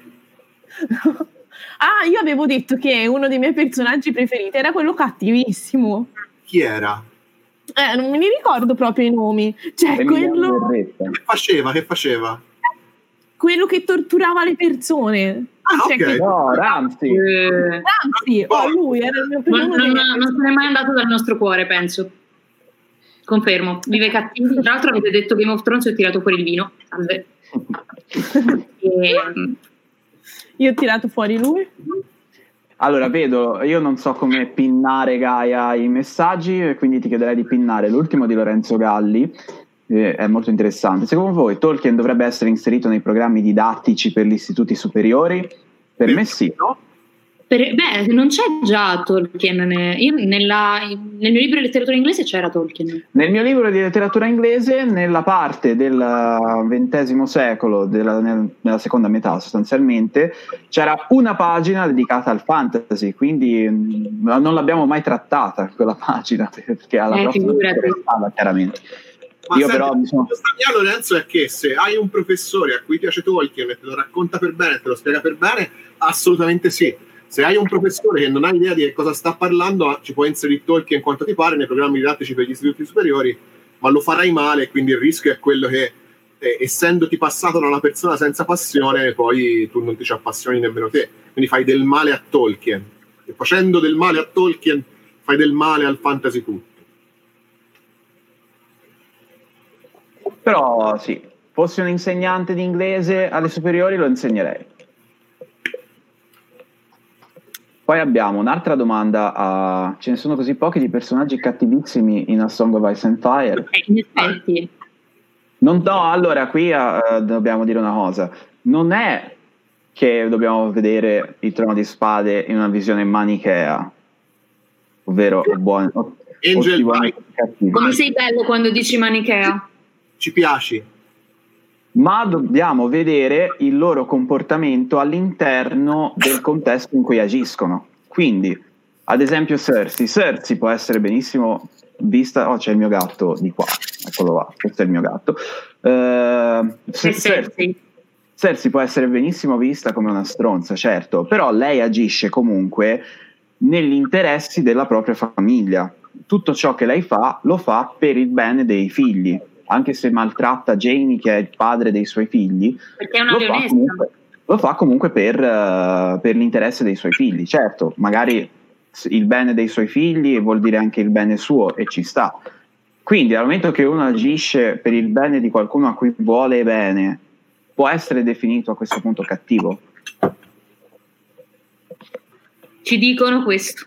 Io avevo detto che uno dei miei personaggi preferiti era quello cattivissimo. Chi era? Non me ne ricordo proprio i nomi. Cioè, quello... Che faceva? Quello che torturava le persone. Ok. No, Ramsay. Lui era il mio primo. Non se n'è mai andato dal nostro cuore, penso. Confermo. Vive cattivi. Tra l'altro avete detto Game of Thrones e ho tirato fuori il vino. Salve. Io ho tirato fuori lui. Allora, io non so come pinnare, Gaia, i messaggi, e quindi ti chiederei di pinnare l'ultimo di Lorenzo Galli, è molto interessante. Secondo voi Tolkien dovrebbe essere inserito nei programmi didattici per gli istituti superiori? Per me sì. No? Non c'è già Tolkien. Io nel mio libro di letteratura inglese c'era Tolkien. Nel mio libro di letteratura inglese, nella parte del XX secolo, nella seconda metà sostanzialmente, c'era una pagina dedicata al fantasy, quindi non l'abbiamo mai trattata quella pagina, perché alla prossima interessava chiaramente. Ma io però il mio Lorenzo è che se hai un professore a cui piace Tolkien e te lo racconta per bene, te lo spiega per bene, assolutamente sì. Se hai un professore che non ha idea di che cosa sta parlando, ci puoi inserire Tolkien quanto ti pare nei programmi didattici per gli istituti superiori, ma lo farai male, quindi il rischio è quello che, essendoti passato da una persona senza passione, poi tu non ti ci appassioni nemmeno te. Quindi fai del male a Tolkien. E facendo del male a Tolkien, fai del male al fantasy tutto. Però sì, fossi un insegnante di inglese alle superiori lo insegnerei. Poi abbiamo un'altra domanda. Ce ne sono così pochi di personaggi cattivissimi in A Song of Ice and Fire? In effetti. Allora qui dobbiamo dire una cosa. Non è che dobbiamo vedere il Trono di Spade in una visione manichea, ovvero buono. Angel come sei bello quando dici manichea. Ci piaci. Ma dobbiamo vedere il loro comportamento all'interno del contesto in cui agiscono. Quindi, ad esempio Cersei può essere benissimo vista... c'è il mio gatto di qua, eccolo qua, questo è il mio gatto. Cersei può essere benissimo vista come una stronza, certo, però lei agisce comunque negli interessi della propria famiglia. Tutto ciò che lei fa, lo fa per il bene dei figli. Anche se maltratta Jaime, che è il padre dei suoi figli, perché è una lo fa comunque per l'interesse dei suoi figli. Certo, magari il bene dei suoi figli vuol dire anche il bene suo, e ci sta. Quindi dal momento che uno agisce per il bene di qualcuno a cui vuole bene, può essere definito a questo punto cattivo? Ci dicono questo.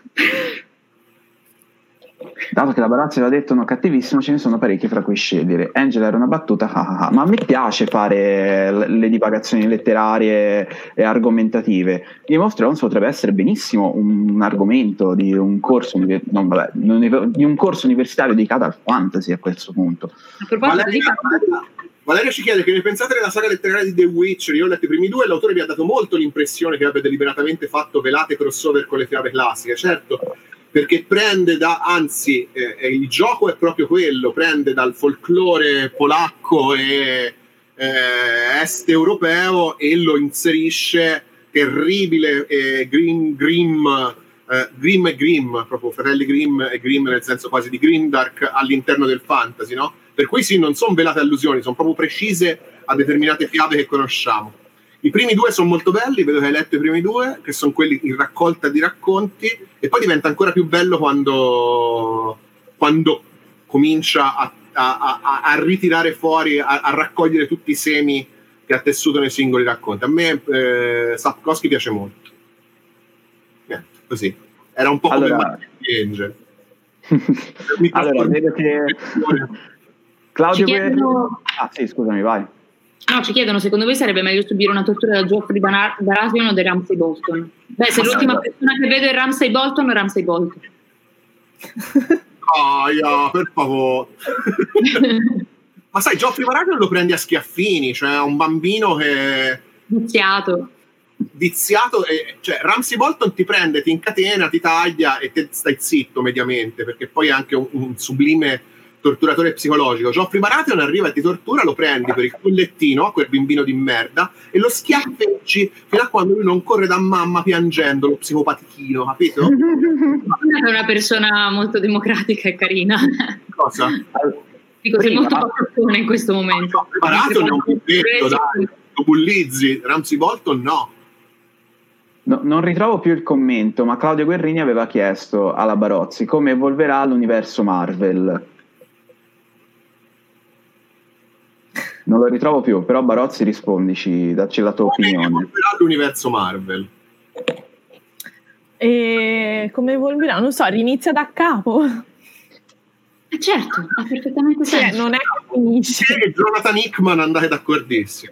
Dato che la Barazzi aveva detto no, cattivissimo, ce ne sono parecchi fra cui scegliere. Angela era una battuta, ma a me piace fare le divagazioni letterarie e argomentative. Game of Thrones potrebbe essere benissimo un argomento di un corso, di un corso universitario dedicato al fantasy a questo punto. A proposito di Valeria ci chiede che ne pensate della saga letteraria di The Witcher. Io ho letto i primi 2 e l'autore mi ha dato molto l'impressione che abbia deliberatamente fatto velate crossover con le fiabe classiche, certo, perché prende il gioco è proprio quello, prende dal folklore polacco e est europeo e lo inserisce terribile e Grimm e Grimm, proprio fratelli Grimm e Grimm nel senso quasi di Grimdark all'interno del fantasy, no? Per cui sì, non sono velate allusioni, sono proprio precise a determinate fiabe che conosciamo. I primi 2 sono molto belli, vedo che hai letto i primi 2, che sono quelli in raccolta di racconti, e poi diventa ancora più bello quando comincia a ritirare fuori, a raccogliere tutti i semi che ha tessuto nei singoli racconti. A me Sapkowski piace molto. Niente, così. Era un po' come Angel. Allora, vedo che Claudio sì, scusami, vai. No, ci chiedono, secondo voi sarebbe meglio subire una tortura da Joffrey Baratheon o da Ramsay Bolton? Beh, se l'ultima persona che vedo è Ramsay Bolton. Per favore. Ma sai, Joffrey Baratheon lo prendi a schiaffini, cioè un bambino che... Viziato, cioè Ramsay Bolton ti prende, ti incatena, ti taglia e te stai zitto mediamente, perché poi è anche un sublime torturatore psicologico. Joffrey Baratheon arriva e ti tortura, lo prendi per il collettino, quel bimbino di merda, e lo schiaffeggi fino a quando lui non corre da mamma piangendo, lo psicopatichino, capito? È una persona molto democratica e carina. Cosa? Dico, sei molto passione in questo momento. Joffrey Baratheon è un pippetto, dai, lo bullizzi. Ramsay Bolton no. No, non ritrovo più il commento, ma Claudio Guerrini aveva chiesto alla Barozzi come evolverà l'universo Marvel. Non lo ritrovo più, però Barozzi rispondici, dacci la tua opinione. Come evolverà l'universo Marvel? E come evolverà? Non so, rinizia da capo. Certo, ha perfettamente senso. Non è che finisce. Jonathan Hickman, andate d'accordissimo.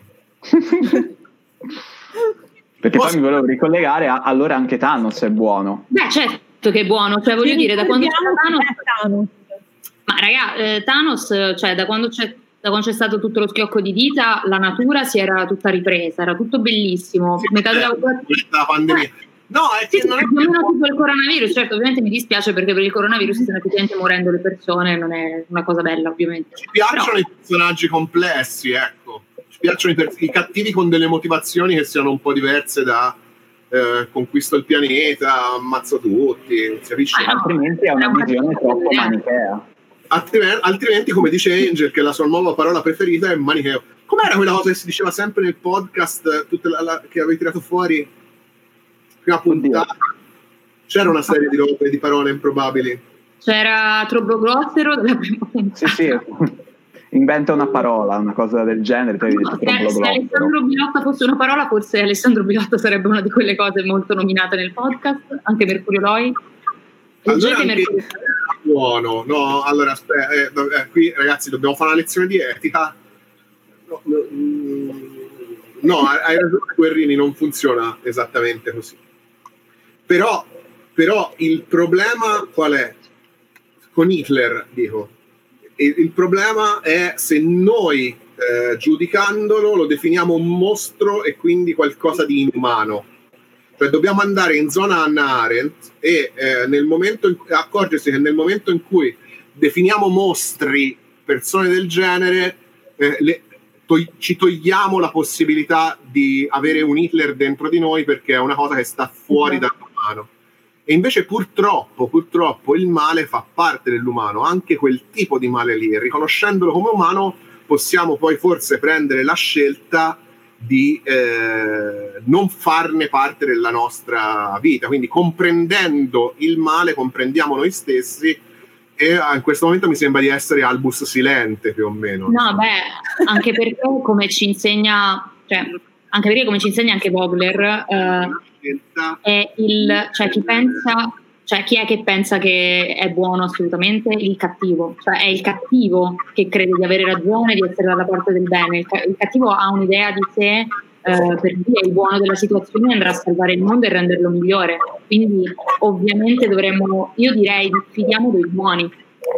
Perché poi mi volevo ricollegare allora anche Thanos è buono. Beh, certo che è buono, cioè voglio dire, da quando c'è Thanos. Ma raga, Thanos, cioè da quando c'è stato tutto lo schiocco di dita, la natura si era tutta ripresa, era tutto bellissimo. Sì, metà della pandemia. No, è che non è più tutto il coronavirus. Certo, ovviamente mi dispiace perché per il coronavirus stanno effettivamente morendo le persone, non è una cosa bella, ovviamente. Ci piacciono i personaggi complessi, ecco. Ci piacciono i cattivi con delle motivazioni che siano un po' diverse da conquisto il pianeta, ammazzo tutti, si capisce? Altrimenti è una visione troppo manichea. Altrimenti, come dice Angel, che la sua nuova parola preferita è manicheo. Com'era quella cosa che si diceva sempre nel podcast che avevi tirato fuori prima puntata? C'era una serie di robe, di parole improbabili. C'era Trogloglottero della prima puntata. Sì. Inventa una parola, una cosa del genere. Se Alessandro Bilotta fosse una parola, forse Alessandro Bilotta sarebbe una di quelle cose molto nominate nel podcast, anche Mercurio Loi. Allora buono, no, allora aspetta, qui ragazzi dobbiamo fare una lezione di etica. No, hai ragione Guerrini, non funziona esattamente così. Però il problema qual è? Con Hitler, dico. Il problema è se noi giudicandolo lo definiamo un mostro e quindi qualcosa di inumano. Cioè dobbiamo andare in zona Hannah Arendt e accorgersi che nel momento in cui definiamo mostri persone del genere ci togliamo la possibilità di avere un Hitler dentro di noi, perché è una cosa che sta fuori dall'umano. E invece purtroppo il male fa parte dell'umano, anche quel tipo di male lì, e riconoscendolo come umano possiamo poi forse prendere la scelta di non farne parte della nostra vita. Quindi comprendendo il male comprendiamo noi stessi e in questo momento mi sembra di essere Albus Silente più o meno. No, beh, anche perché come ci insegna, anche Vogler, è chi è che pensa che è buono assolutamente? Il cattivo, cioè è il cattivo che crede di avere ragione, di essere dalla parte del bene. Il cattivo ha un'idea di sé, per cui è il buono della situazione e andrà a salvare il mondo e renderlo migliore. Quindi ovviamente io direi fidiamo dei buoni.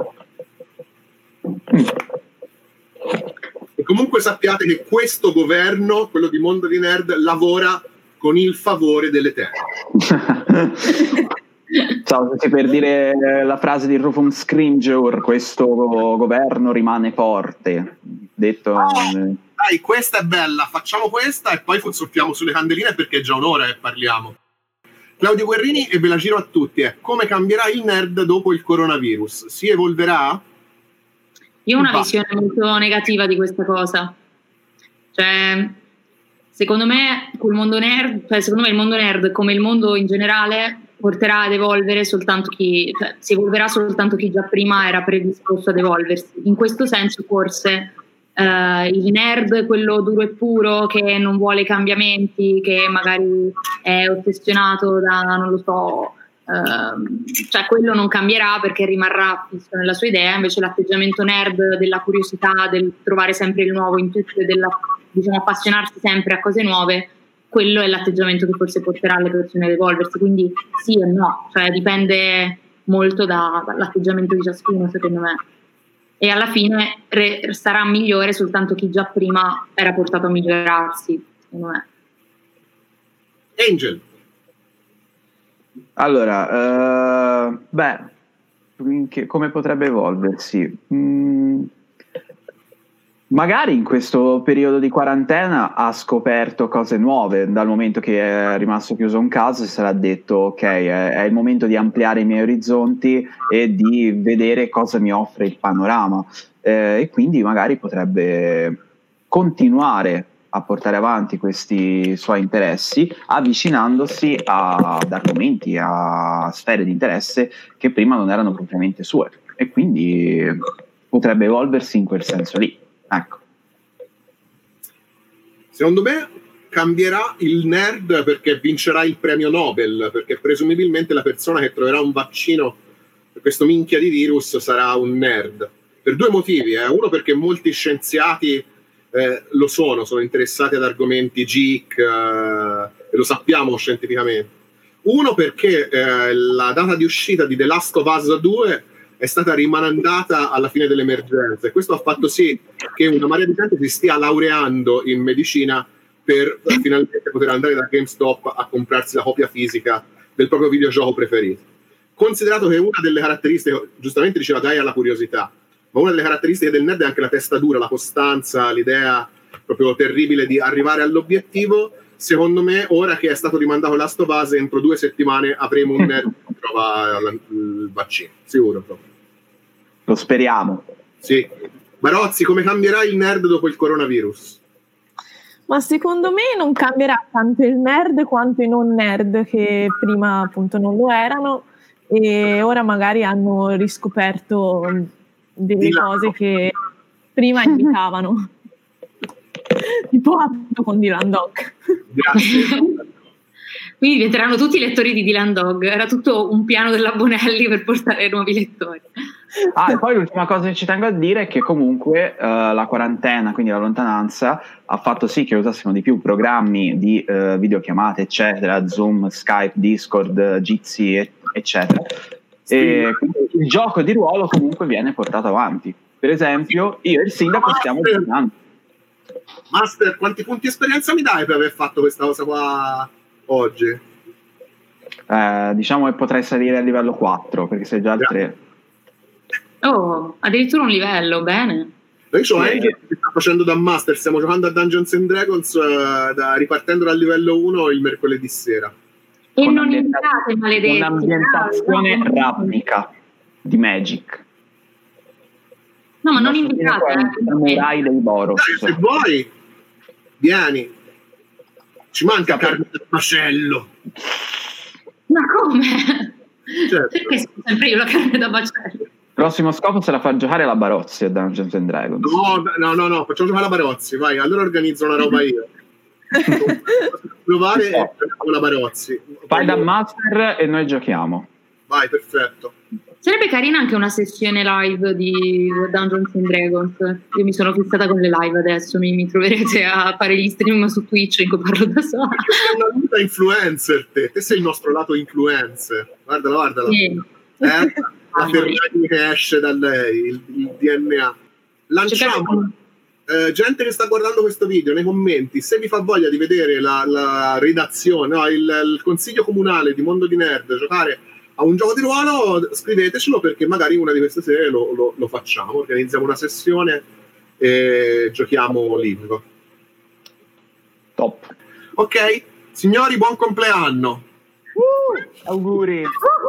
E comunque sappiate che questo governo, quello di Mondo di Nerd, lavora con il favore delle terre. Stavo per dire la frase di Rufus Scrimgeour, questo governo rimane forte. Detto... Dai, questa è bella, facciamo questa e poi soffiamo sulle candeline perché è già un'ora che parliamo. Claudio Guerrini, e ve la giro a tutti, come cambierà il nerd dopo il coronavirus? Si evolverà? Io ho una visione molto negativa di questa cosa. Cioè, secondo me il mondo nerd, come il mondo in generale, porterà ad evolvere soltanto si evolverà soltanto chi già prima era predisposto ad evolversi. In questo senso forse il nerd, quello duro e puro, che non vuole cambiamenti, che magari è ossessionato da, non lo so, cioè quello non cambierà perché rimarrà fisso nella sua idea. Invece l'atteggiamento nerd della curiosità, del trovare sempre il nuovo in tutto e appassionarsi sempre a cose nuove, quello è l'atteggiamento che forse porterà le persone ad evolversi. Quindi sì e no, cioè dipende molto dall'atteggiamento di ciascuno, secondo me. E alla fine sarà migliore soltanto chi già prima era portato a migliorarsi, secondo me. Angel. Allora, come potrebbe evolversi? Magari in questo periodo di quarantena ha scoperto cose nuove, dal momento che è rimasto chiuso in casa si sarà detto ok, è il momento di ampliare i miei orizzonti e di vedere cosa mi offre il panorama, e quindi magari potrebbe continuare a portare avanti questi suoi interessi avvicinandosi ad argomenti, a sfere di interesse che prima non erano propriamente sue, e quindi potrebbe evolversi in quel senso lì. Ecco. Secondo me cambierà il nerd perché vincerà il premio Nobel, perché presumibilmente la persona che troverà un vaccino per questo minchia di virus sarà un nerd, per due motivi. Uno, perché molti scienziati lo sono interessati ad argomenti geek, e lo sappiamo scientificamente. Uno, perché la data di uscita di The Last of Us 2 è stata rimandata alla fine dell'emergenza, e questo ha fatto sì che una marea di gente si stia laureando in medicina per finalmente poter andare da GameStop a comprarsi la copia fisica del proprio videogioco preferito. Considerato che una delle caratteristiche, giustamente diceva Gaia, la curiosità, ma una delle caratteristiche del nerd è anche la testa dura, la costanza, l'idea proprio terribile di arrivare all'obiettivo. Secondo me, ora che è stato rimandato Last of Us, entro 2 settimane avremo un nerd che trova il vaccino, sicuro proprio. Lo speriamo. Sì. Barozzi, come cambierà il nerd dopo il coronavirus? Ma secondo me non cambierà tanto il nerd quanto i non nerd, che prima appunto non lo erano e ora magari hanno riscoperto delle cose che prima indicavano. Tipo appunto con Dylan Dog. Grazie. Quindi diventeranno tutti lettori di Dylan Dog. Era tutto un piano della Bonelli per portare nuovi lettori. E poi l'ultima cosa che ci tengo a dire è che comunque la quarantena, quindi la lontananza, ha fatto sì che usassimo di più programmi di videochiamate, eccetera, Zoom, Skype, Discord, Jitsi, eccetera. E quindi il gioco di ruolo comunque viene portato avanti. Per esempio, io e il sindaco stiamo giocando. Master, quanti punti esperienza mi dai per aver fatto questa cosa qua oggi? Diciamo che potrei salire a livello 4, perché sei già al 3. Oh, addirittura un livello, bene. Io ho Angel che sta facendo da master, stiamo giocando a Dungeons and Dragons ripartendo dal livello 1 il mercoledì sera. E non invitate, maledetti. Un'ambientazione rapnica di Magic. No, ma non invitate. Samurai dei Boros. Se vuoi, vieni. Ci manca carne del macello. Ma come? Certo. Perché sono sempre io la carne da macello? prossimo scopo se la fa giocare la Barozzi a Dungeons and Dragons. No, facciamo giocare la Barozzi, vai, allora organizzo una roba io. Provare con la Barozzi. Fai da master e noi giochiamo. Vai, perfetto. Sarebbe carina anche una sessione live di Dungeons and Dragons. Io mi sono fissata con le live adesso, mi troverete a fare gli stream su Twitch in cui parlo da sola. Sei una puta influencer, te sei il nostro lato influencer. Guardala. Sì. La Ferrari che esce da lei, il DNA. Lanciamo gente che sta guardando questo video nei commenti, se vi fa voglia di vedere la redazione, il consiglio comunale di Mondo di Nerd giocare a un gioco di ruolo, scrivetecelo, perché magari una di queste sere lo facciamo, organizziamo una sessione e giochiamo Lingo. Top. Ok, signori, buon compleanno. Auguri.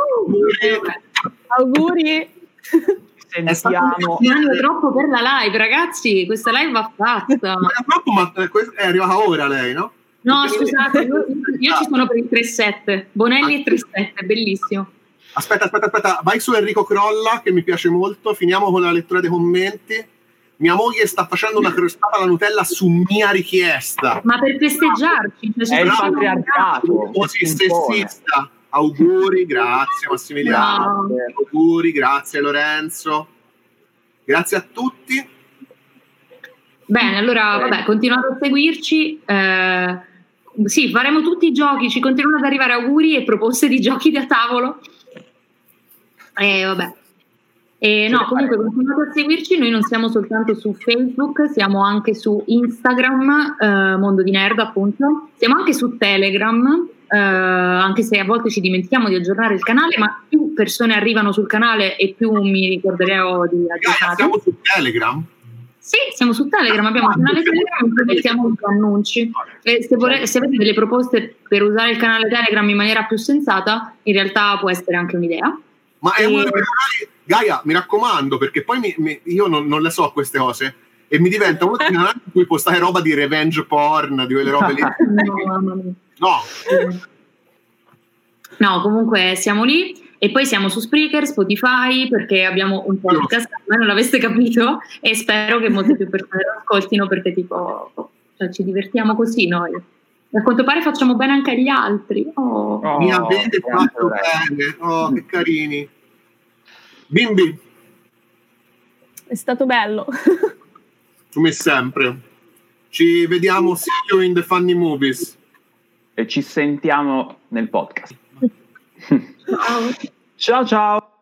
Auguri. Sentiamo. È troppo per la live, ragazzi, questa live va fatta. Ma è arrivata ora lei, no? No, scusate, io ci sono per il 3-7. Bonelli e 3-7, bellissimo. Aspetta, vai su Enrico Crolla, che mi piace molto. Finiamo con la lettura dei commenti. Mia moglie sta facendo una crostata alla Nutella su mia richiesta. Ma per festeggiarci. È il patriarcato. Così sessista. Auguri, grazie Massimiliano. No. Auguri, grazie Lorenzo. Grazie a tutti. Bene, allora, vabbè, continuate a seguirci. Sì, faremo tutti i giochi, ci continuano ad arrivare auguri e proposte di giochi da tavolo. Vabbè. No, comunque continuate a seguirci, noi non siamo soltanto su Facebook, siamo anche su Instagram, Mondo di Nerd appunto, siamo anche su Telegram, anche se a volte ci dimentichiamo di aggiornare il canale, ma più persone arrivano sul canale e più mi ricorderò di aggiornare. Siamo su Telegram? Sì, siamo su Telegram, abbiamo un canale Telegram in cui mettiamo i annunci. E se avete delle proposte per usare il canale Telegram in maniera più sensata, in realtà può essere anche un'idea. Ma è uno dei canali, Gaia, mi raccomando, perché poi io non le so queste cose e mi diventa uno dei canali in cui postare roba di revenge porn, di quelle robe lì. No, comunque siamo lì. E poi siamo su Spreaker, Spotify, perché abbiamo un podcast, ma non l'aveste capito, e spero che molte più persone lo ascoltino, perché tipo ci divertiamo così noi. A quanto pare facciamo bene anche agli altri. Mi avete fatto bene, che carini. Bimbi. È stato bello. Come sempre. Ci vediamo, see you in the funny movies. E ci sentiamo nel podcast. Ciao. Ciao ciao.